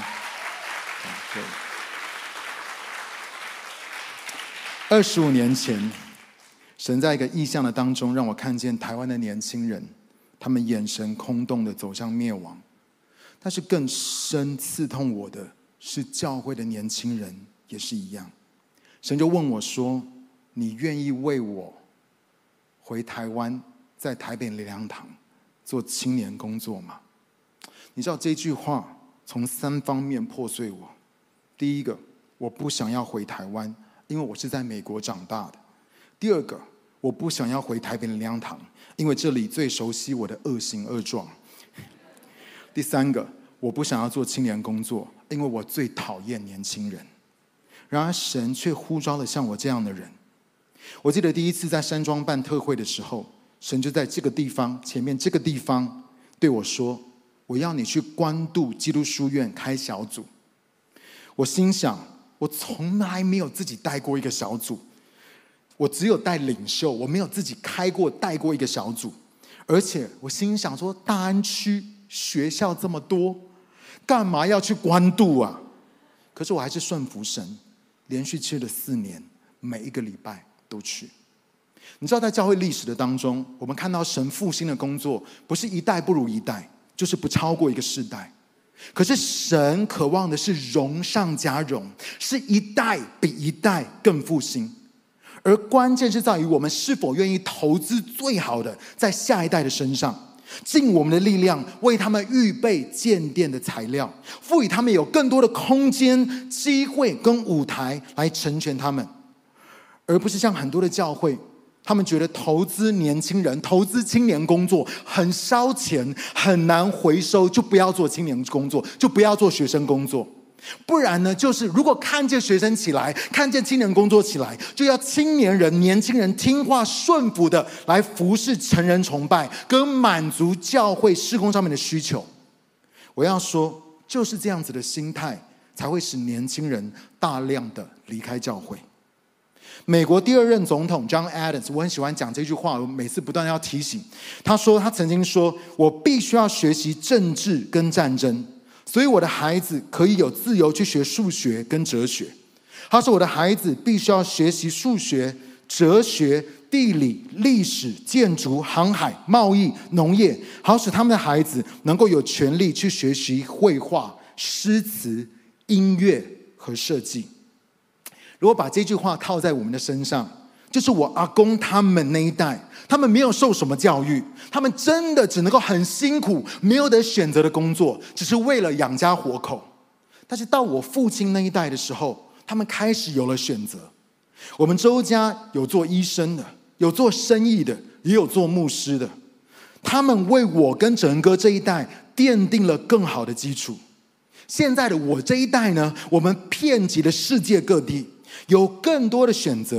，25年前，神在一个异象的当中，让我看见台湾的年轻人，他们眼神空洞的走向灭亡。但是更深刺痛我的是教会的年轻人也是一样。神就问我说，你愿意为我回台湾，在台北灵粮堂做青年工作吗？你知道这句话从3方面破碎我。第一个，我不想要回台湾，因为我是在美国长大的。第二个，我不想要回台北灵粮堂，因为这里最熟悉我的恶行恶状。第三个，我不想要做青年工作，因为我最讨厌年轻人。然而神却呼召了像我这样的人。我记得第一次在山庄办特会的时候，神就在这个地方前面这个地方对我说，我要你去关渡基督书院开小组。我心想，我从来没有自己带过一个小组，我只有带领袖，我没有自己带过一个小组。而且我心想说，大安区学校这么多，干嘛要去关渡啊？可是我还是顺服神，连续去了4年，每一个礼拜都去。你知道在教会历史的当中，我们看到神复兴的工作不是一代不如一代，就是不超过一个世代。可是神渴望的是荣上加荣，是一代比一代更复兴。而关键是在于我们是否愿意投资最好的在下一代的身上，尽我们的力量为他们预备建殿的材料，赋予他们有更多的空间、机会跟舞台来成全他们，而不是像很多的教会，他们觉得投资年轻人、投资青年工作很烧钱，很难回收，就不要做青年工作，就不要做学生工作。不然呢，就是如果看见学生起来，看见青年工作起来，就要青年人、年轻人听话顺服的来服侍成人崇拜，跟满足教会事工上面的需求。我要说，就是这样子的心态，才会使年轻人大量的离开教会。美国第2任总统 John Adams， 我很喜欢讲这句话，我每次不断要提醒。他曾经说，我必须要学习政治跟战争，所以我的孩子可以有自由去学数学跟哲学。他说我的孩子必须要学习数学、哲学、地理、历史、建筑、航海、贸易、农业，好使他们的孩子能够有权利去学习绘画、诗词、音乐和设计。如果把这句话套在我们的身上，就是我阿公他们那一代，他们没有受什么教育，他们真的只能够很辛苦，没有得选择的工作，只是为了养家活口。但是到我父亲那一代的时候，他们开始有了选择。我们周家有做医生的，有做生意的，也有做牧师的。他们为我跟哲恩哥这一代奠定了更好的基础。现在的我这一代呢，我们遍及了世界各地，有更多的选择，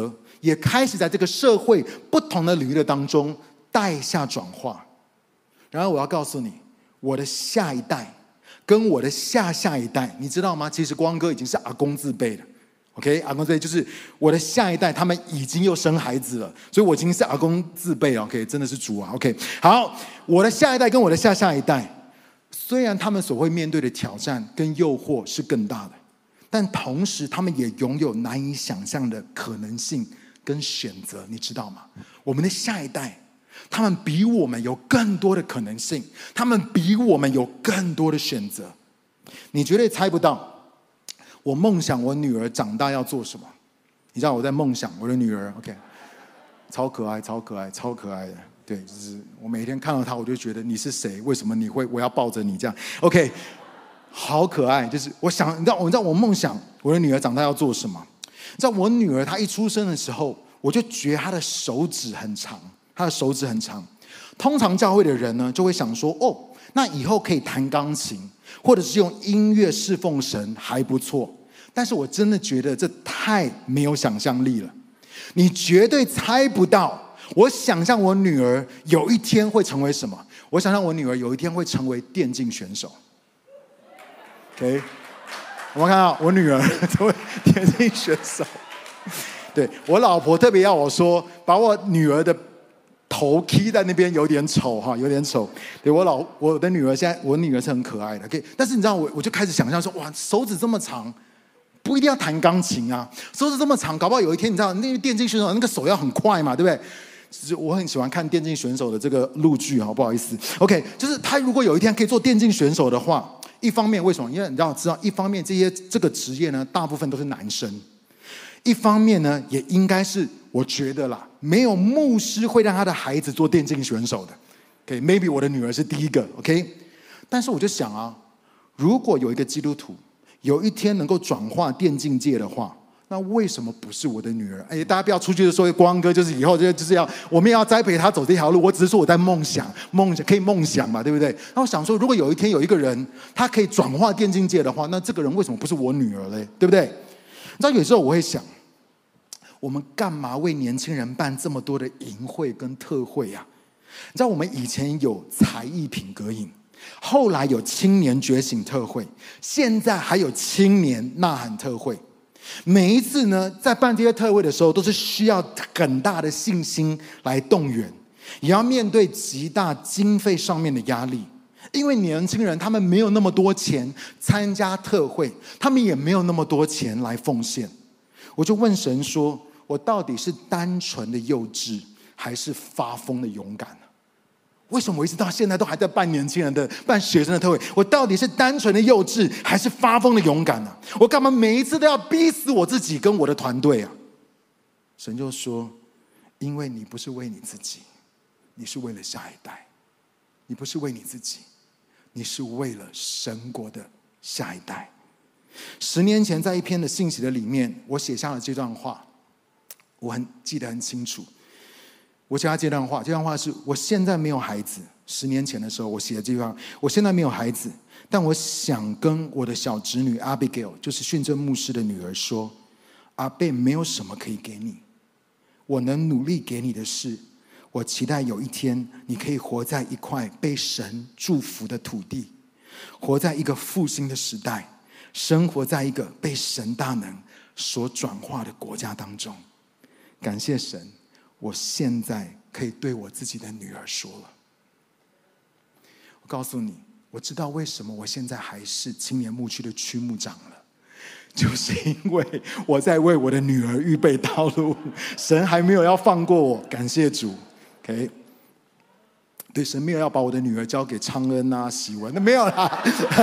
也开始在这个社会不同的领域的当中带下转化。然而我要告诉你，我的下一代跟我的下下一代，你知道吗？其实光哥已经是阿公字辈了。OK， 阿公字辈就是我的下一代，他们已经又生孩子了，所以我已经是阿公字辈了。OK， 真的是主啊。OK， 好，我的下一代跟我的下下一代，虽然他们所会面对的挑战跟诱惑是更大的，但同时他们也拥有难以想象的可能性跟选择，你知道吗？我们的下一代，他们比我们有更多的可能性，他们比我们有更多的选择。你绝对猜不到我梦想我女儿长大要做什么。你知道我在梦想我的女儿 OK， 超可爱超可爱超可爱的。对，就是我每天看到她，我就觉得你是谁？为什么你会我要抱着你这样 OK， 好可爱。就是我想你知道我梦想我的女儿长大要做什么。你知道我女儿她一出生的时候，我就觉得她的手指很长，她的手指很长。通常教会的人呢就会想说，哦，那以后可以弹钢琴，或者是用音乐侍奉神，还不错。但是我真的觉得这太没有想象力了。你绝对猜不到，我想象我女儿有一天会成为什么？我想象我女儿有一天会成为电竞选手。OK， 我们看到我女儿成为电竞选手。对，我老婆特别要我说，把我女儿的头 key 在那边有点丑哈，有点丑。对，我的女儿现在，我女儿是很可爱的。OK， 但是你知道我就开始想象说，哇，手指这么长。不一定要弹钢琴啊，手指这么长，搞不好有一天你知道，那个电竞选手那个手要很快嘛，对不对？其实我很喜欢看电竞选手的这个陆剧啊，不好意思。OK， 就是他如果有一天可以做电竞选手的话，一方面为什么？因为你知道，一方面这个职业呢，大部分都是男生；一方面呢，也应该是我觉得啦，没有牧师会让他的孩子做电竞选手的。OK，maybe 我的女儿是第一个。OK， 但是我就想啊，如果有一个基督徒有一天能够转化电竞界的话，那为什么不是我的女儿？大家不要出去的说光哥就是以后就是要我们也要栽培他走这条路。我只是说我在梦想可以梦想嘛，对不对？那我想说，如果有一天有一个人他可以转化电竞界的话，那这个人为什么不是我女儿嘞？对不对？你知道有时候我会想，我们干嘛为年轻人办这么多的营会跟特会啊？你知道我们以前有才艺品格营，后来有青年觉醒特会，现在还有青年呐喊特会。每一次呢，在办这些特会的时候，都是需要很大的信心来动员，也要面对极大经费上面的压力。因为年轻人他们没有那么多钱参加特会，他们也没有那么多钱来奉献。我就问神说，我到底是单纯的幼稚，还是发疯的勇敢？为什么我一直到现在都还在办年轻人的、办学生的特会？我到底是单纯的幼稚，还是发疯的勇敢呢？我干嘛每一次都要逼死我自己跟我的团队啊？神就说，因为你不是为你自己，你是为了下一代。你不是为你自己，你是为了神国的下一代。10年前在一篇的信息的里面，我写下了这段话，我记得很清楚。我写下这段话是我现在没有孩子。10年前的时候，我写的这句话，我现在没有孩子，但我想跟我的小侄女 Abigail， 就是训正牧师的女儿说，阿贝没有什么可以给你，我能努力给你的是，我期待有一天你可以活在一块被神祝福的土地，活在一个复兴的时代，生活在一个被神大能所转化的国家当中。感谢神，我现在可以对我自己的女儿说了。我告诉你，我知道为什么我现在还是青年牧区的区牧长了，就是因为我在为我的女儿预备道路，神还没有要放过我，感谢主。OK， 对，神没有要把我的女儿交给昌恩啊、喜文，那没有啦，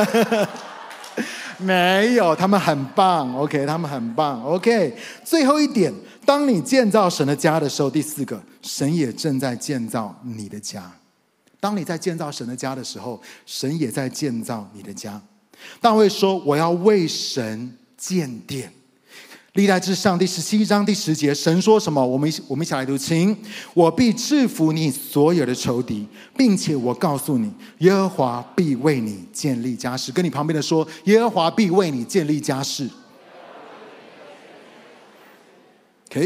没有，他们很棒。OK， 他们很棒。OK， 最后一点，当你建造神的家的时候，第4个，神也正在建造你的家。当你在建造神的家的时候，神也在建造你的家。大卫说，我要为神建殿。历代志上第17章第10节，神说什么？我们一起来读，请。我必制服你所有的仇敌，并且我告诉你，耶和华必为你建立家室。跟你旁边的说，耶和华必为你建立家室。OK，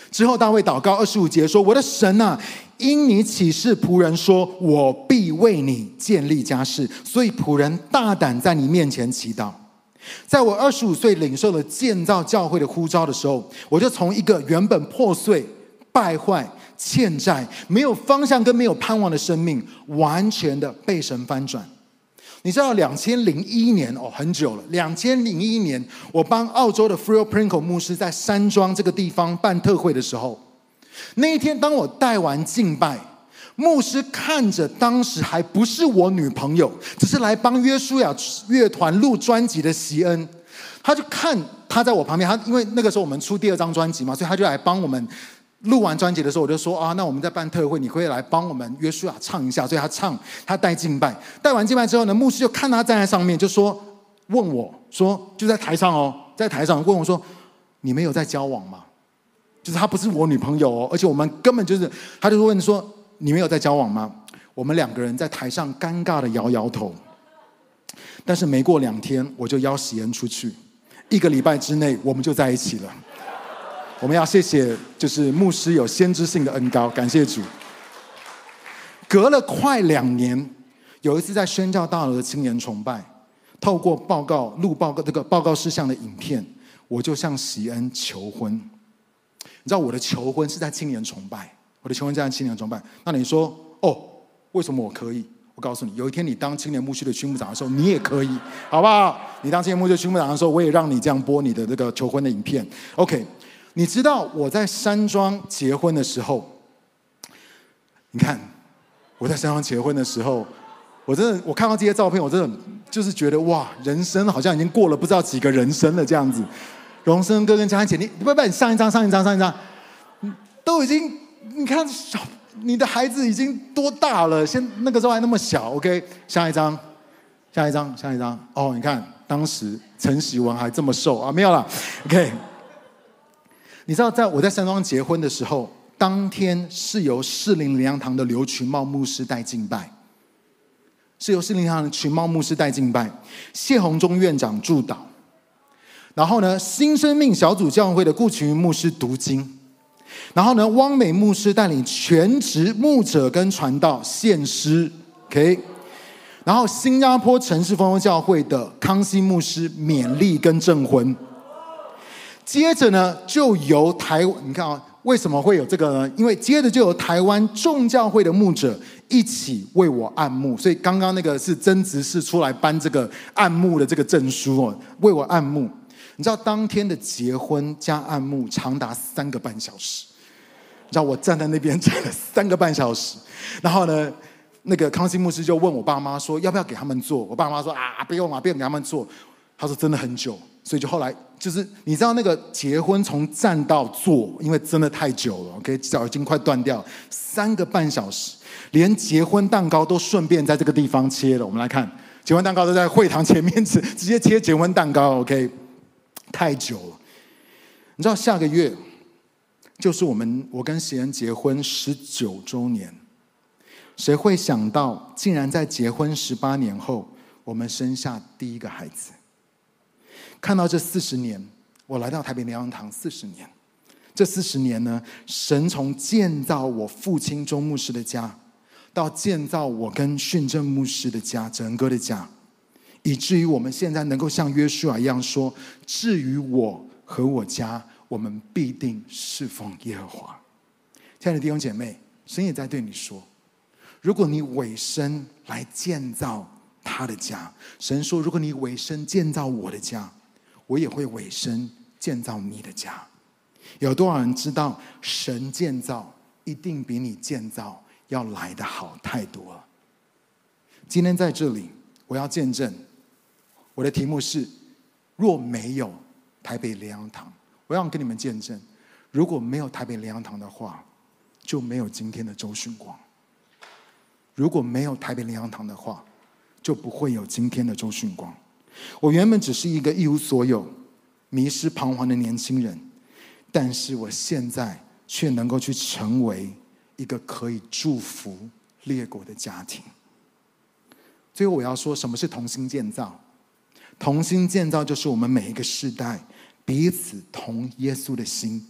之后大卫祷告25节说：我的神啊，因你启示仆人说，我必为你建立家室，所以仆人大胆在你面前祈祷。在我25岁领受了建造教会的呼召的时候，我就从一个原本破碎、败坏、欠债、没有方向跟没有盼望的生命，完全的被神翻转。你知道2001年很久了，2001年我帮澳洲的 Phil Pringle 牧师在山庄这个地方办特会的时候，那一天当我带完敬拜，牧师看着当时还不是我女朋友，只是来帮约书亚乐团录专辑的席恩，他就看他在我旁边，他因为那个时候我们出第2张专辑嘛，所以他就来帮我们录完专辑的时候，我就说啊，那我们在办特会，你可以来帮我们约书亚唱一下。所以他唱，他带敬拜，带完敬拜之后呢，牧师就看他站在上面，就说问我说，就在台上在台上问我说，你们有在交往吗？就是他不是我女朋友而且我们根本就是，他就问说你们有在交往吗？我们2个人在台上尴尬的摇摇头。但是没过2天，我就邀喜恩出去，1个礼拜之内我们就在一起了。我们要谢谢就是牧师有先知性的恩膏，感谢主。隔了快2年，有一次在宣教大楼的青年崇拜，透过录报告事项的影片，我就向喜恩求婚。你知道我的求婚是在青年崇拜，那你说为什么我可以？我告诉你，有一天你当青年牧区的区牧长的时候，你也可以，好不好？你当青年牧区的区牧长的时候，我也让你这样播你的这个求婚的影片。OK。你知道我在山庄结婚的时候，你看我在山庄结婚的时候，我看到这些照片，我真的就是觉得哇，人生好像已经过了不知道几个人生了这样子。荣生哥跟嘉欣姐，你上一张，都已经，你看你的孩子已经多大了？那个时候还那么小 ，OK？ 下一张，你看当时陈喜文还这么瘦啊，没有啦 ，OK？你知道，我在山庄结婚的时候，当天是由士林灵粮堂的刘群茂牧师带敬拜，谢宏忠院长祝祷，然后呢，新生命小组教会的顾群牧师读经，然后呢，汪美牧师带领全职牧者跟传道献诗 ，OK， 然后新加坡城市丰收教会的康熙牧师勉励跟证婚。接着呢，就由你看为什么会有这个呢？因为接着就由台湾众教会的牧者一起为我按牧，所以刚刚那个是曾执事出来颁这个按牧的这个证书为我按牧。你知道当天的结婚加按牧长达3个半小时，你知道我站在那边站了3个半小时，然后呢，那个康熙牧师就问我爸妈说要不要给他们做，我爸妈说不用给他们做，他说真的很久。所以就后来就是你知道那个结婚从站到坐，因为真的太久了 ，OK， 脚已经快断掉，3个半小时，连结婚蛋糕都顺便在这个地方切了。我们来看，结婚蛋糕都在会堂前面直接切结婚蛋糕 ，OK， 太久了。你知道下个月就是我跟喜恩结婚19周年，谁会想到竟然在结婚18年后，我们生下第1个孩子。看到这40年，我来到台北灵粮堂40年，这40年呢，神从建造我父亲钟牧师的家，到建造我跟训正牧师的家、哲恩哥的家，以至于我们现在能够像约书亚一样说：至于我和我家，我们必定侍奉耶和华。亲爱的弟兄姐妹，神也在对你说，如果你委身来建造他的家，神说，如果你委身建造我的家，我也会委身建造你的家。有多少人知道神建造一定比你建造要来得好太多了？今天在这里我要见证，我的题目是若没有台北灵粮堂，我要跟你们见证，如果没有台北灵粮堂的话，就没有今天的周训光。如果没有台北灵粮堂的话，就不会有今天的周训光。我原本只是一个一无所有、迷失彷徨的年轻人，但是我现在却能够去成为一个可以祝福列国的家庭。最后我要说，什么是同心建造？同心建造就是我们每一个世代彼此同耶稣的心，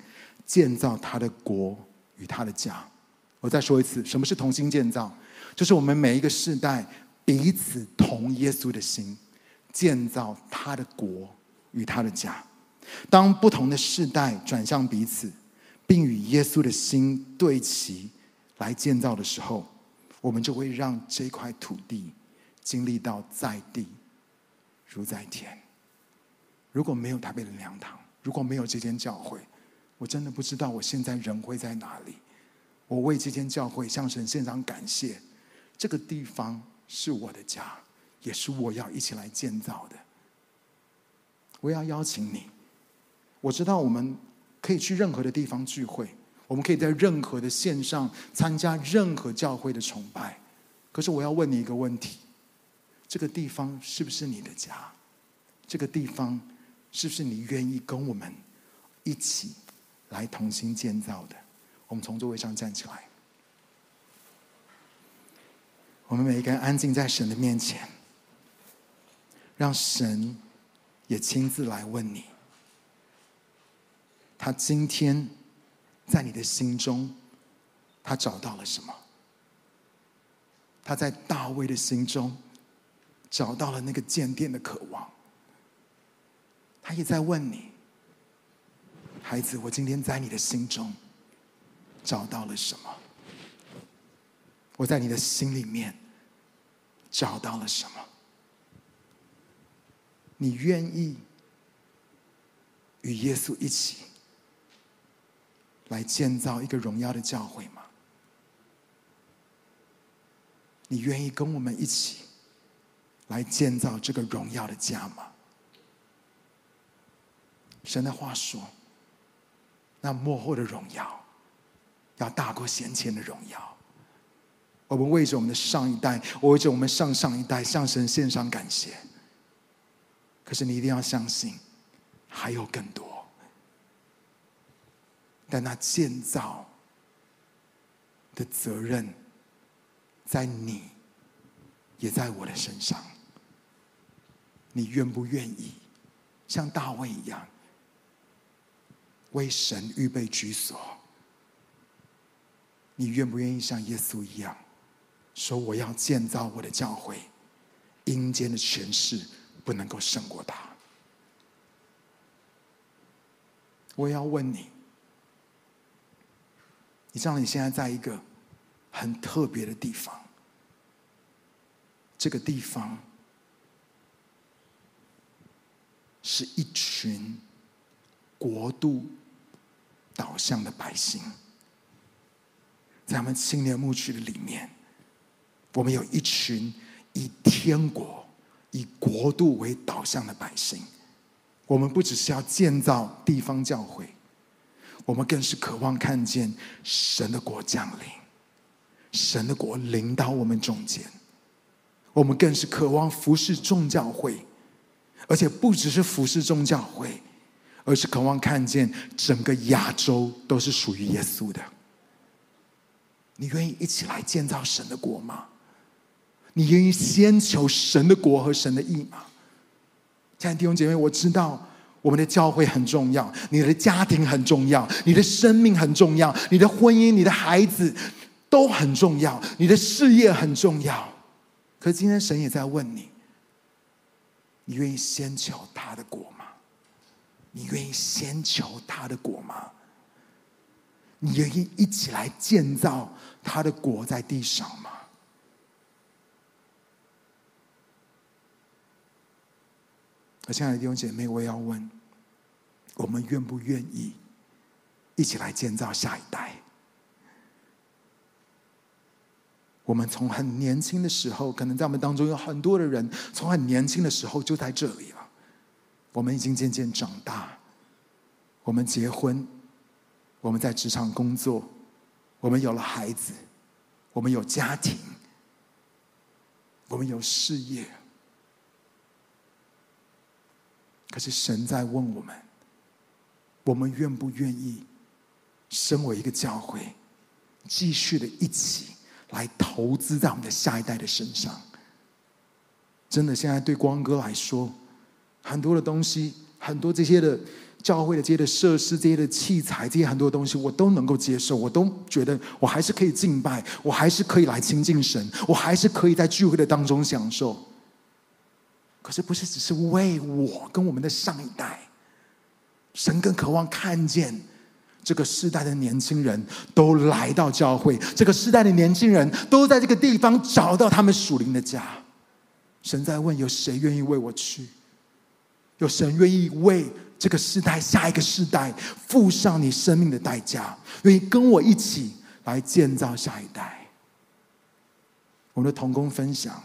建造他的国与他的家。我再说一次，什么是同心建造？就是我们每一个世代彼此同耶稣的心，建造他的国与他的家。当不同的世代转向彼此，并与耶稣的心对齐来建造的时候，我们就会让这块土地经历到在地如在天。如果没有台北灵粮堂，如果没有这间教会，我真的不知道我现在人会在哪里。我为这间教会向神献上感谢，这个地方是我的家，也是我要一起来建造的。我要邀请你，我知道我们可以去任何的地方聚会，我们可以在任何的线上参加任何教会的崇拜，可是我要问你一个问题，这个地方是不是你的家？这个地方是不是你愿意跟我们一起来同心建造的？我们从座位上站起来，我们每一个人安静在神的面前，让神也亲自来问你，他今天在你的心中他找到了什么？他在大卫的心中找到了那个建殿的渴望。他也在问你，孩子，我今天在你的心中找到了什么？我在你的心里面找到了什么？你愿意与耶稣一起来建造一个荣耀的教会吗？你愿意跟我们一起来建造这个荣耀的家吗？神的话说，那末后的荣耀要大过先前的荣耀。我们为着我们的上一代，为着我们上上一代向神献上感谢。可是你一定要相信，还有更多。但那建造的责任在你，也在我的身上。你愿不愿意像大卫一样，为神预备居所？你愿不愿意像耶稣一样，说我要建造我的教会，阴间的权势不能够胜过他？我也要问你，你知道你现在在一个很特别的地方，这个地方是一群国度导向的百姓。在我们青年牧区的里面，我们有一群以天国、以国度为导向的百姓。我们不只是要建造地方教会，我们更是渴望看见神的国降临，神的国临到我们中间。我们更是渴望服侍众教会，而且不只是服侍众教会，而是渴望看见整个亚洲都是属于耶稣的。你愿意一起来建造神的国吗？你愿意先求神的国和神的义吗？亲爱的弟兄姐妹，我知道我们的教会很重要，你的家庭很重要，你的生命很重要，你的婚姻、你的孩子都很重要，你的事业很重要。可是今天神也在问你，你愿意先求他的国吗？你愿意先求他的国吗？你愿意一起来建造他的国在地上吗？而亲爱的弟兄姐妹，我也要问，我们愿不愿意一起来建造下一代？我们从很年轻的时候，可能在我们当中有很多的人从很年轻的时候就在这里了。我们已经渐渐长大，我们结婚，我们在职场工作，我们有了孩子，我们有家庭，我们有事业。可是神在问我们，我们愿不愿意身为一个教会，继续的一起来投资在我们的下一代的身上？真的，现在对光哥来说，很多的东西，很多这些的教会的这些的设施、这些的器材、这些很多东西，我都能够接受，我都觉得我还是可以敬拜，我还是可以来亲近神，我还是可以在聚会的当中享受。可是不是只是为我跟我们的上一代，神更渴望看见这个世代的年轻人都来到教会，这个世代的年轻人都在这个地方找到他们属灵的家。神在问，有谁愿意为我去？有神愿意为这个世代、下一个世代付上你生命的代价，愿意跟我一起来建造下一代。我们的同工分享，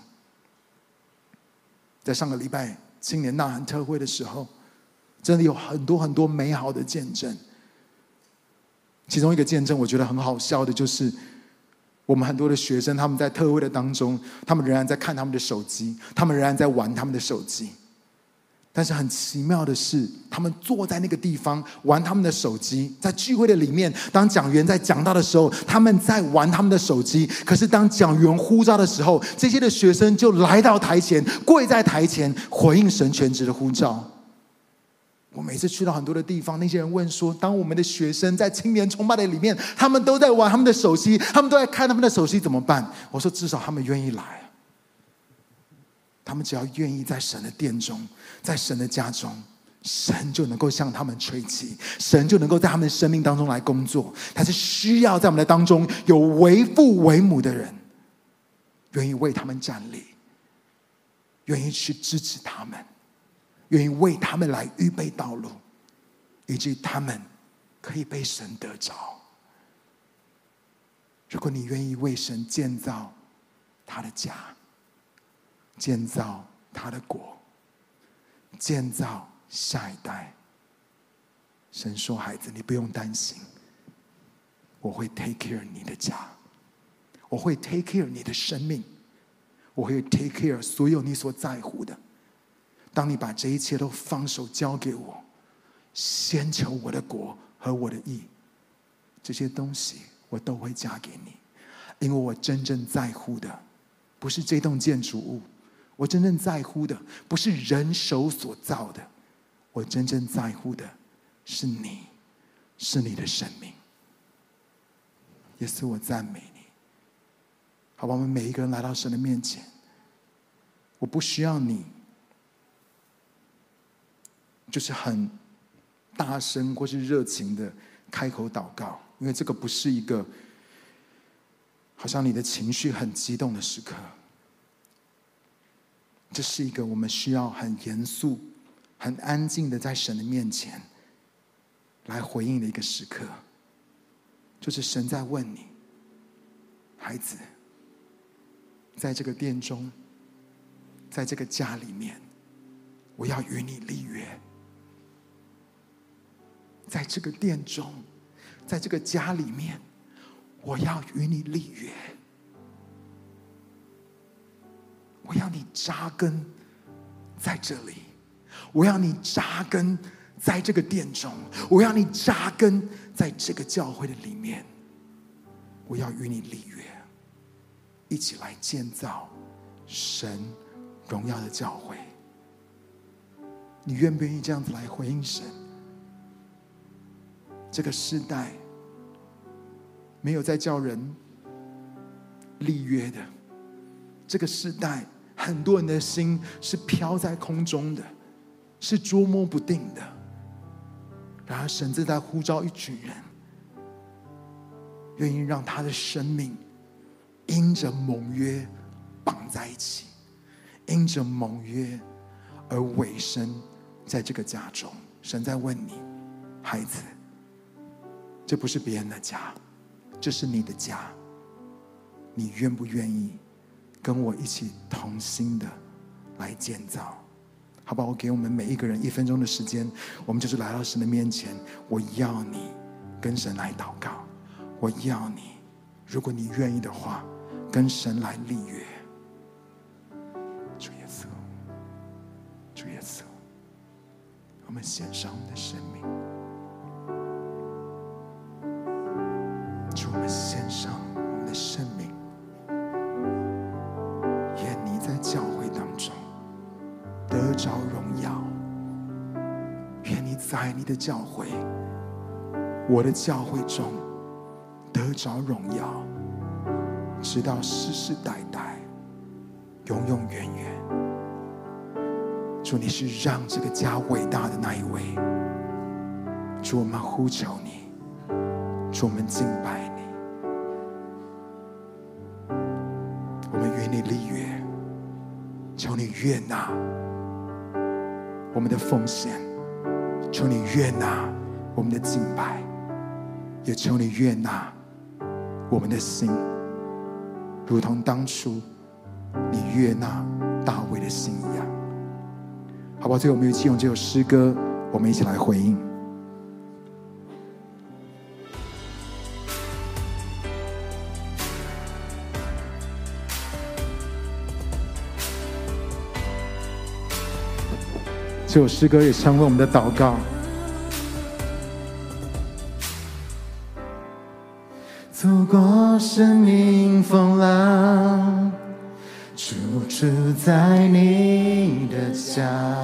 在上个礼拜青年呐喊特会的时候，真的有很多很多美好的见证。其中一个见证我觉得很好笑的，就是我们很多的学生，他们在特会的当中，他们仍然在看他们的手机，他们仍然在玩他们的手机。但是很奇妙的是，他们坐在那个地方玩他们的手机，在聚会的里面，当讲员在讲道的时候，他们在玩他们的手机。可是当讲员呼召的时候，这些的学生就来到台前，跪在台前回应神全职的呼召。我每次去到很多的地方，那些人问说，当我们的学生在青年崇拜的里面，他们都在玩他们的手机，他们都在看他们的手机，怎么办？我说至少他们愿意来，他们只要愿意在神的殿中，在神的家中，神就能够向他们吹气，神就能够在他们的生命当中来工作。他是需要在我们的当中有为父为母的人，愿意为他们站立，愿意去支持他们，愿意为他们来预备道路，以至于他们可以被神得着。如果你愿意为神建造他的家，建造他的国，建造下一代，神说，孩子，你不用担心，我会 take care 你的家，我会 take care 你的生命，我会 take care 所有你所在乎的。当你把这一切都放手交给我，先求我的国和我的义，这些东西我都会加给你。因为我真正在乎的不是这栋建筑物，我真正在乎的不是人手所造的，我真正在乎的是你，是你的生命。耶稣，我赞美你。好吧，我们每一个人来到神的面前，我不需要你就是很大声或是热情的开口祷告，因为这个不是一个好像你的情绪很激动的时刻，这是一个我们需要很严肃、很安静的在神的面前来回应的一个时刻。就是神在问你，孩子，在这个殿中，在这个家里面，我要与你立约。在这个殿中，在这个家里面，我要与你立约。我要你扎根在这里，我要你扎根在这个殿中，我要你扎根在这个教会的里面。我要与你立约，一起来建造神荣耀的教会。你愿不愿意这样子来回应神？这个世代没有在叫人立约的，这个世代很多人的心是飘在空中的，是捉摸不定的。然而神正在呼召一群人，愿意让他的生命因着盟约绑在一起，因着盟约而委身在这个家中。神在问你，孩子，这不是别人的家，这是你的家，你愿不愿意跟我一起同心的来建造？好吧，我给我们每一个人1分钟的时间，我们就是来到神的面前。我要你跟神来祷告，我要你，如果你愿意的话，跟神来立约。主耶稣，主耶稣，我们献上我们的生命，主，我们献上我们的生命。愿你在教会当中得着荣耀，愿你在你的教会，我的教会中得着荣耀，直到世世代代，永永远远。主，你是让这个家伟大的那一位。主，我们呼求你，主，我们敬拜你，我们与你立约，求你悦纳我们的奉献，求你悦纳我们的敬拜，也求你悦纳我们的心，如同当初你悦纳大卫的心一样。好不好？最后我们一起用这首诗歌，我们一起来回应。这首诗歌也成为我们的祷告。走过生命风浪，住在你的家，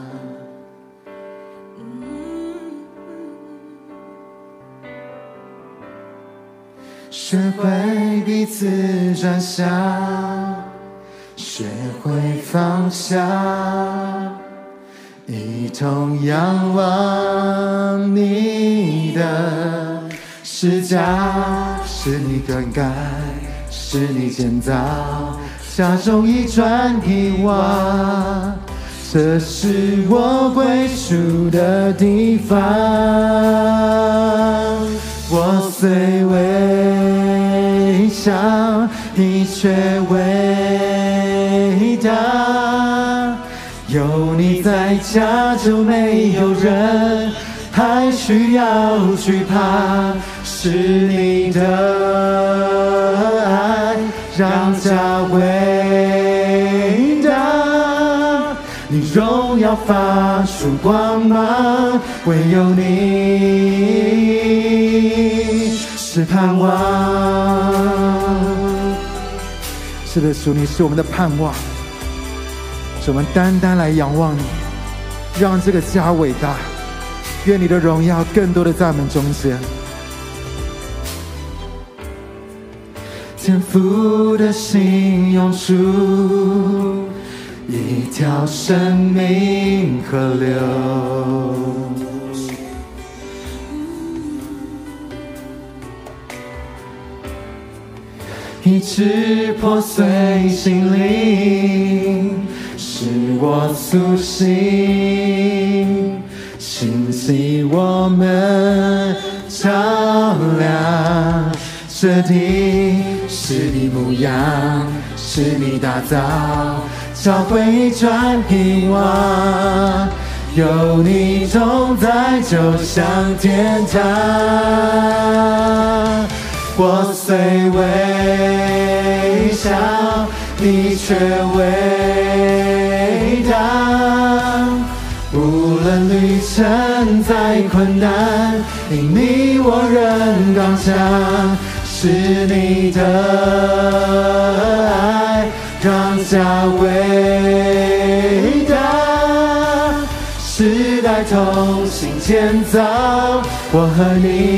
学会彼此转向，学会放下，一同仰望你的施加，是你更改，是你建造，家中一砖一瓦，这是我归属的地方。我虽微小，你却伟大，有你在家就没有人还需要惧怕，是你的爱让家伟大，你荣耀发出光芒，唯有你是盼望。是的，主，你是我们的盼望，我们单单来仰望你，让这个家伟大，愿你的荣耀更多的在我们中间。天父的心涌出一条生命河流，医治破碎心灵，使我苏醒，清晰我们照亮这地，是你牧养，是你打造，教会一砖一瓦，有你同在就像天堂。我虽微小，你却伟大，无论旅程再困难，因你我仍刚强，是你的爱让家伟大，时代同心建造，我和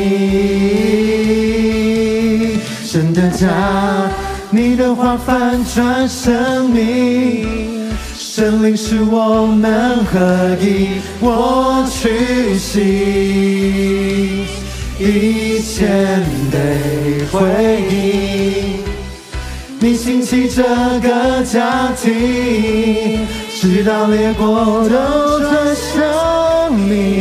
你神的家，你的话翻转生命，神灵使我们合一，我屈膝，一切得回应，你兴起这个家庭，直到列国都转向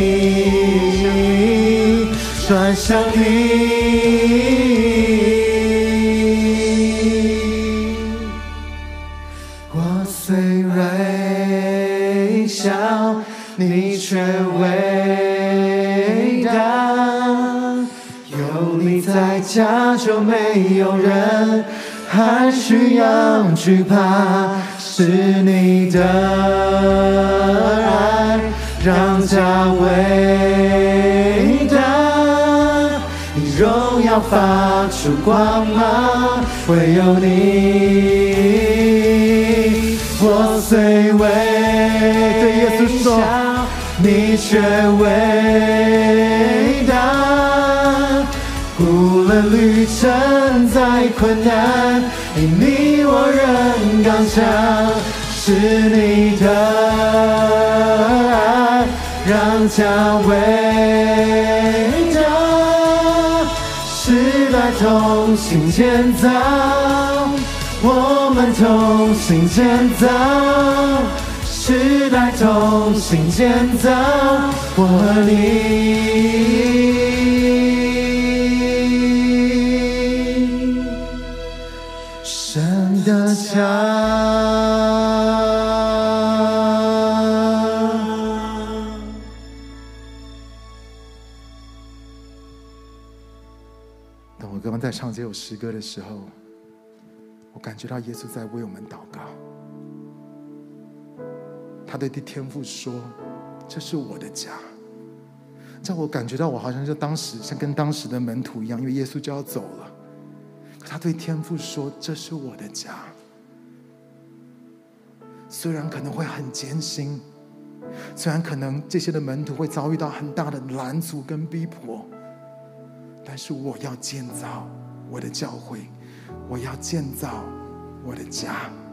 你，转向你。我虽微小，你却伟大，有你在家就没有人还需要惧怕，是你的爱让家伟大，你荣耀发出光芒，唯有你。我虽微对耶稣说， 你却伟大。无论旅程再困难，因你我仍刚强。是你的爱让家伟大，时代同心建造，我们同心建造，时代同心建造，我和你。神的家。当我刚刚在唱这首诗歌的时候，我感觉到耶稣在为我们祷告。他对天父说：“这是我的家。”让我感觉到我好像像跟当时的门徒一样，因为耶稣就要走了。他对天父说：“这是我的家。”虽然可能会很艰辛，虽然可能这些的门徒会遭遇到很大的拦阻跟逼迫，但是我要建造我的教会，我要建造我的家。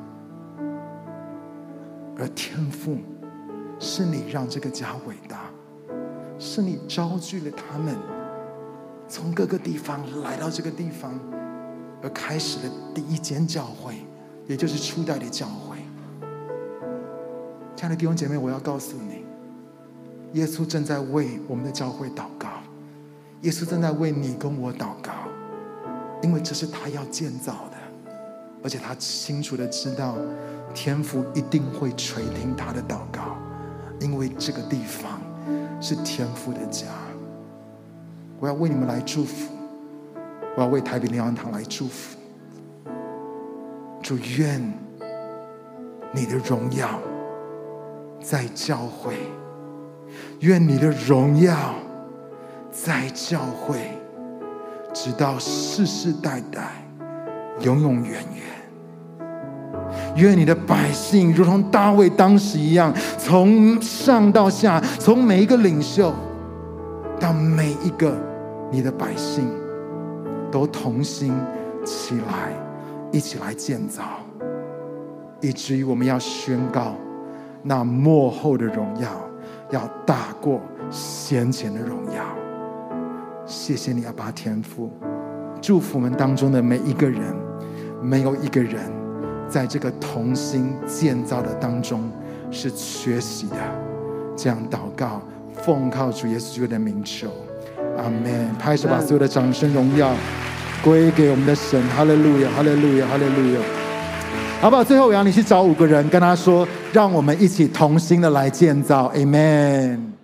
而天父，是你让这个家伟大，是你招聚了他们从各个地方来到这个地方，而开始了第一间教会，也就是初代的教会。亲爱的弟兄姐妹，我要告诉你，耶稣正在为我们的教会祷告，耶稣正在为你跟我祷告，因为这是他要建造的，而且他清楚的知道天父一定会垂听他的祷告，因为这个地方是天父的家。我要为你们来祝福，我要为台北灵粮堂来祝福。主，愿你的荣耀在教会，愿你的荣耀在教会，直到世世代代，永永远远。愿你的百姓如同大卫当时一样，从上到下，从每一个领袖到每一个你的百姓，都同心起来，一起来建造，以至于我们要宣告，那末后的荣耀要大过先前的荣耀。谢谢你，阿爸天父，祝福我们当中的每一个人，没有一个人在这个同心建造的当中是缺席的。这样祷告，奉靠主耶稣基督的名求，阿们。拍手，把所有的掌声荣耀归给我们的神。哈利路亚，哈利路亚，哈利路亚。好不好？最后我要你去找5个人，跟他说，让我们一起同心的来建造。 Amen。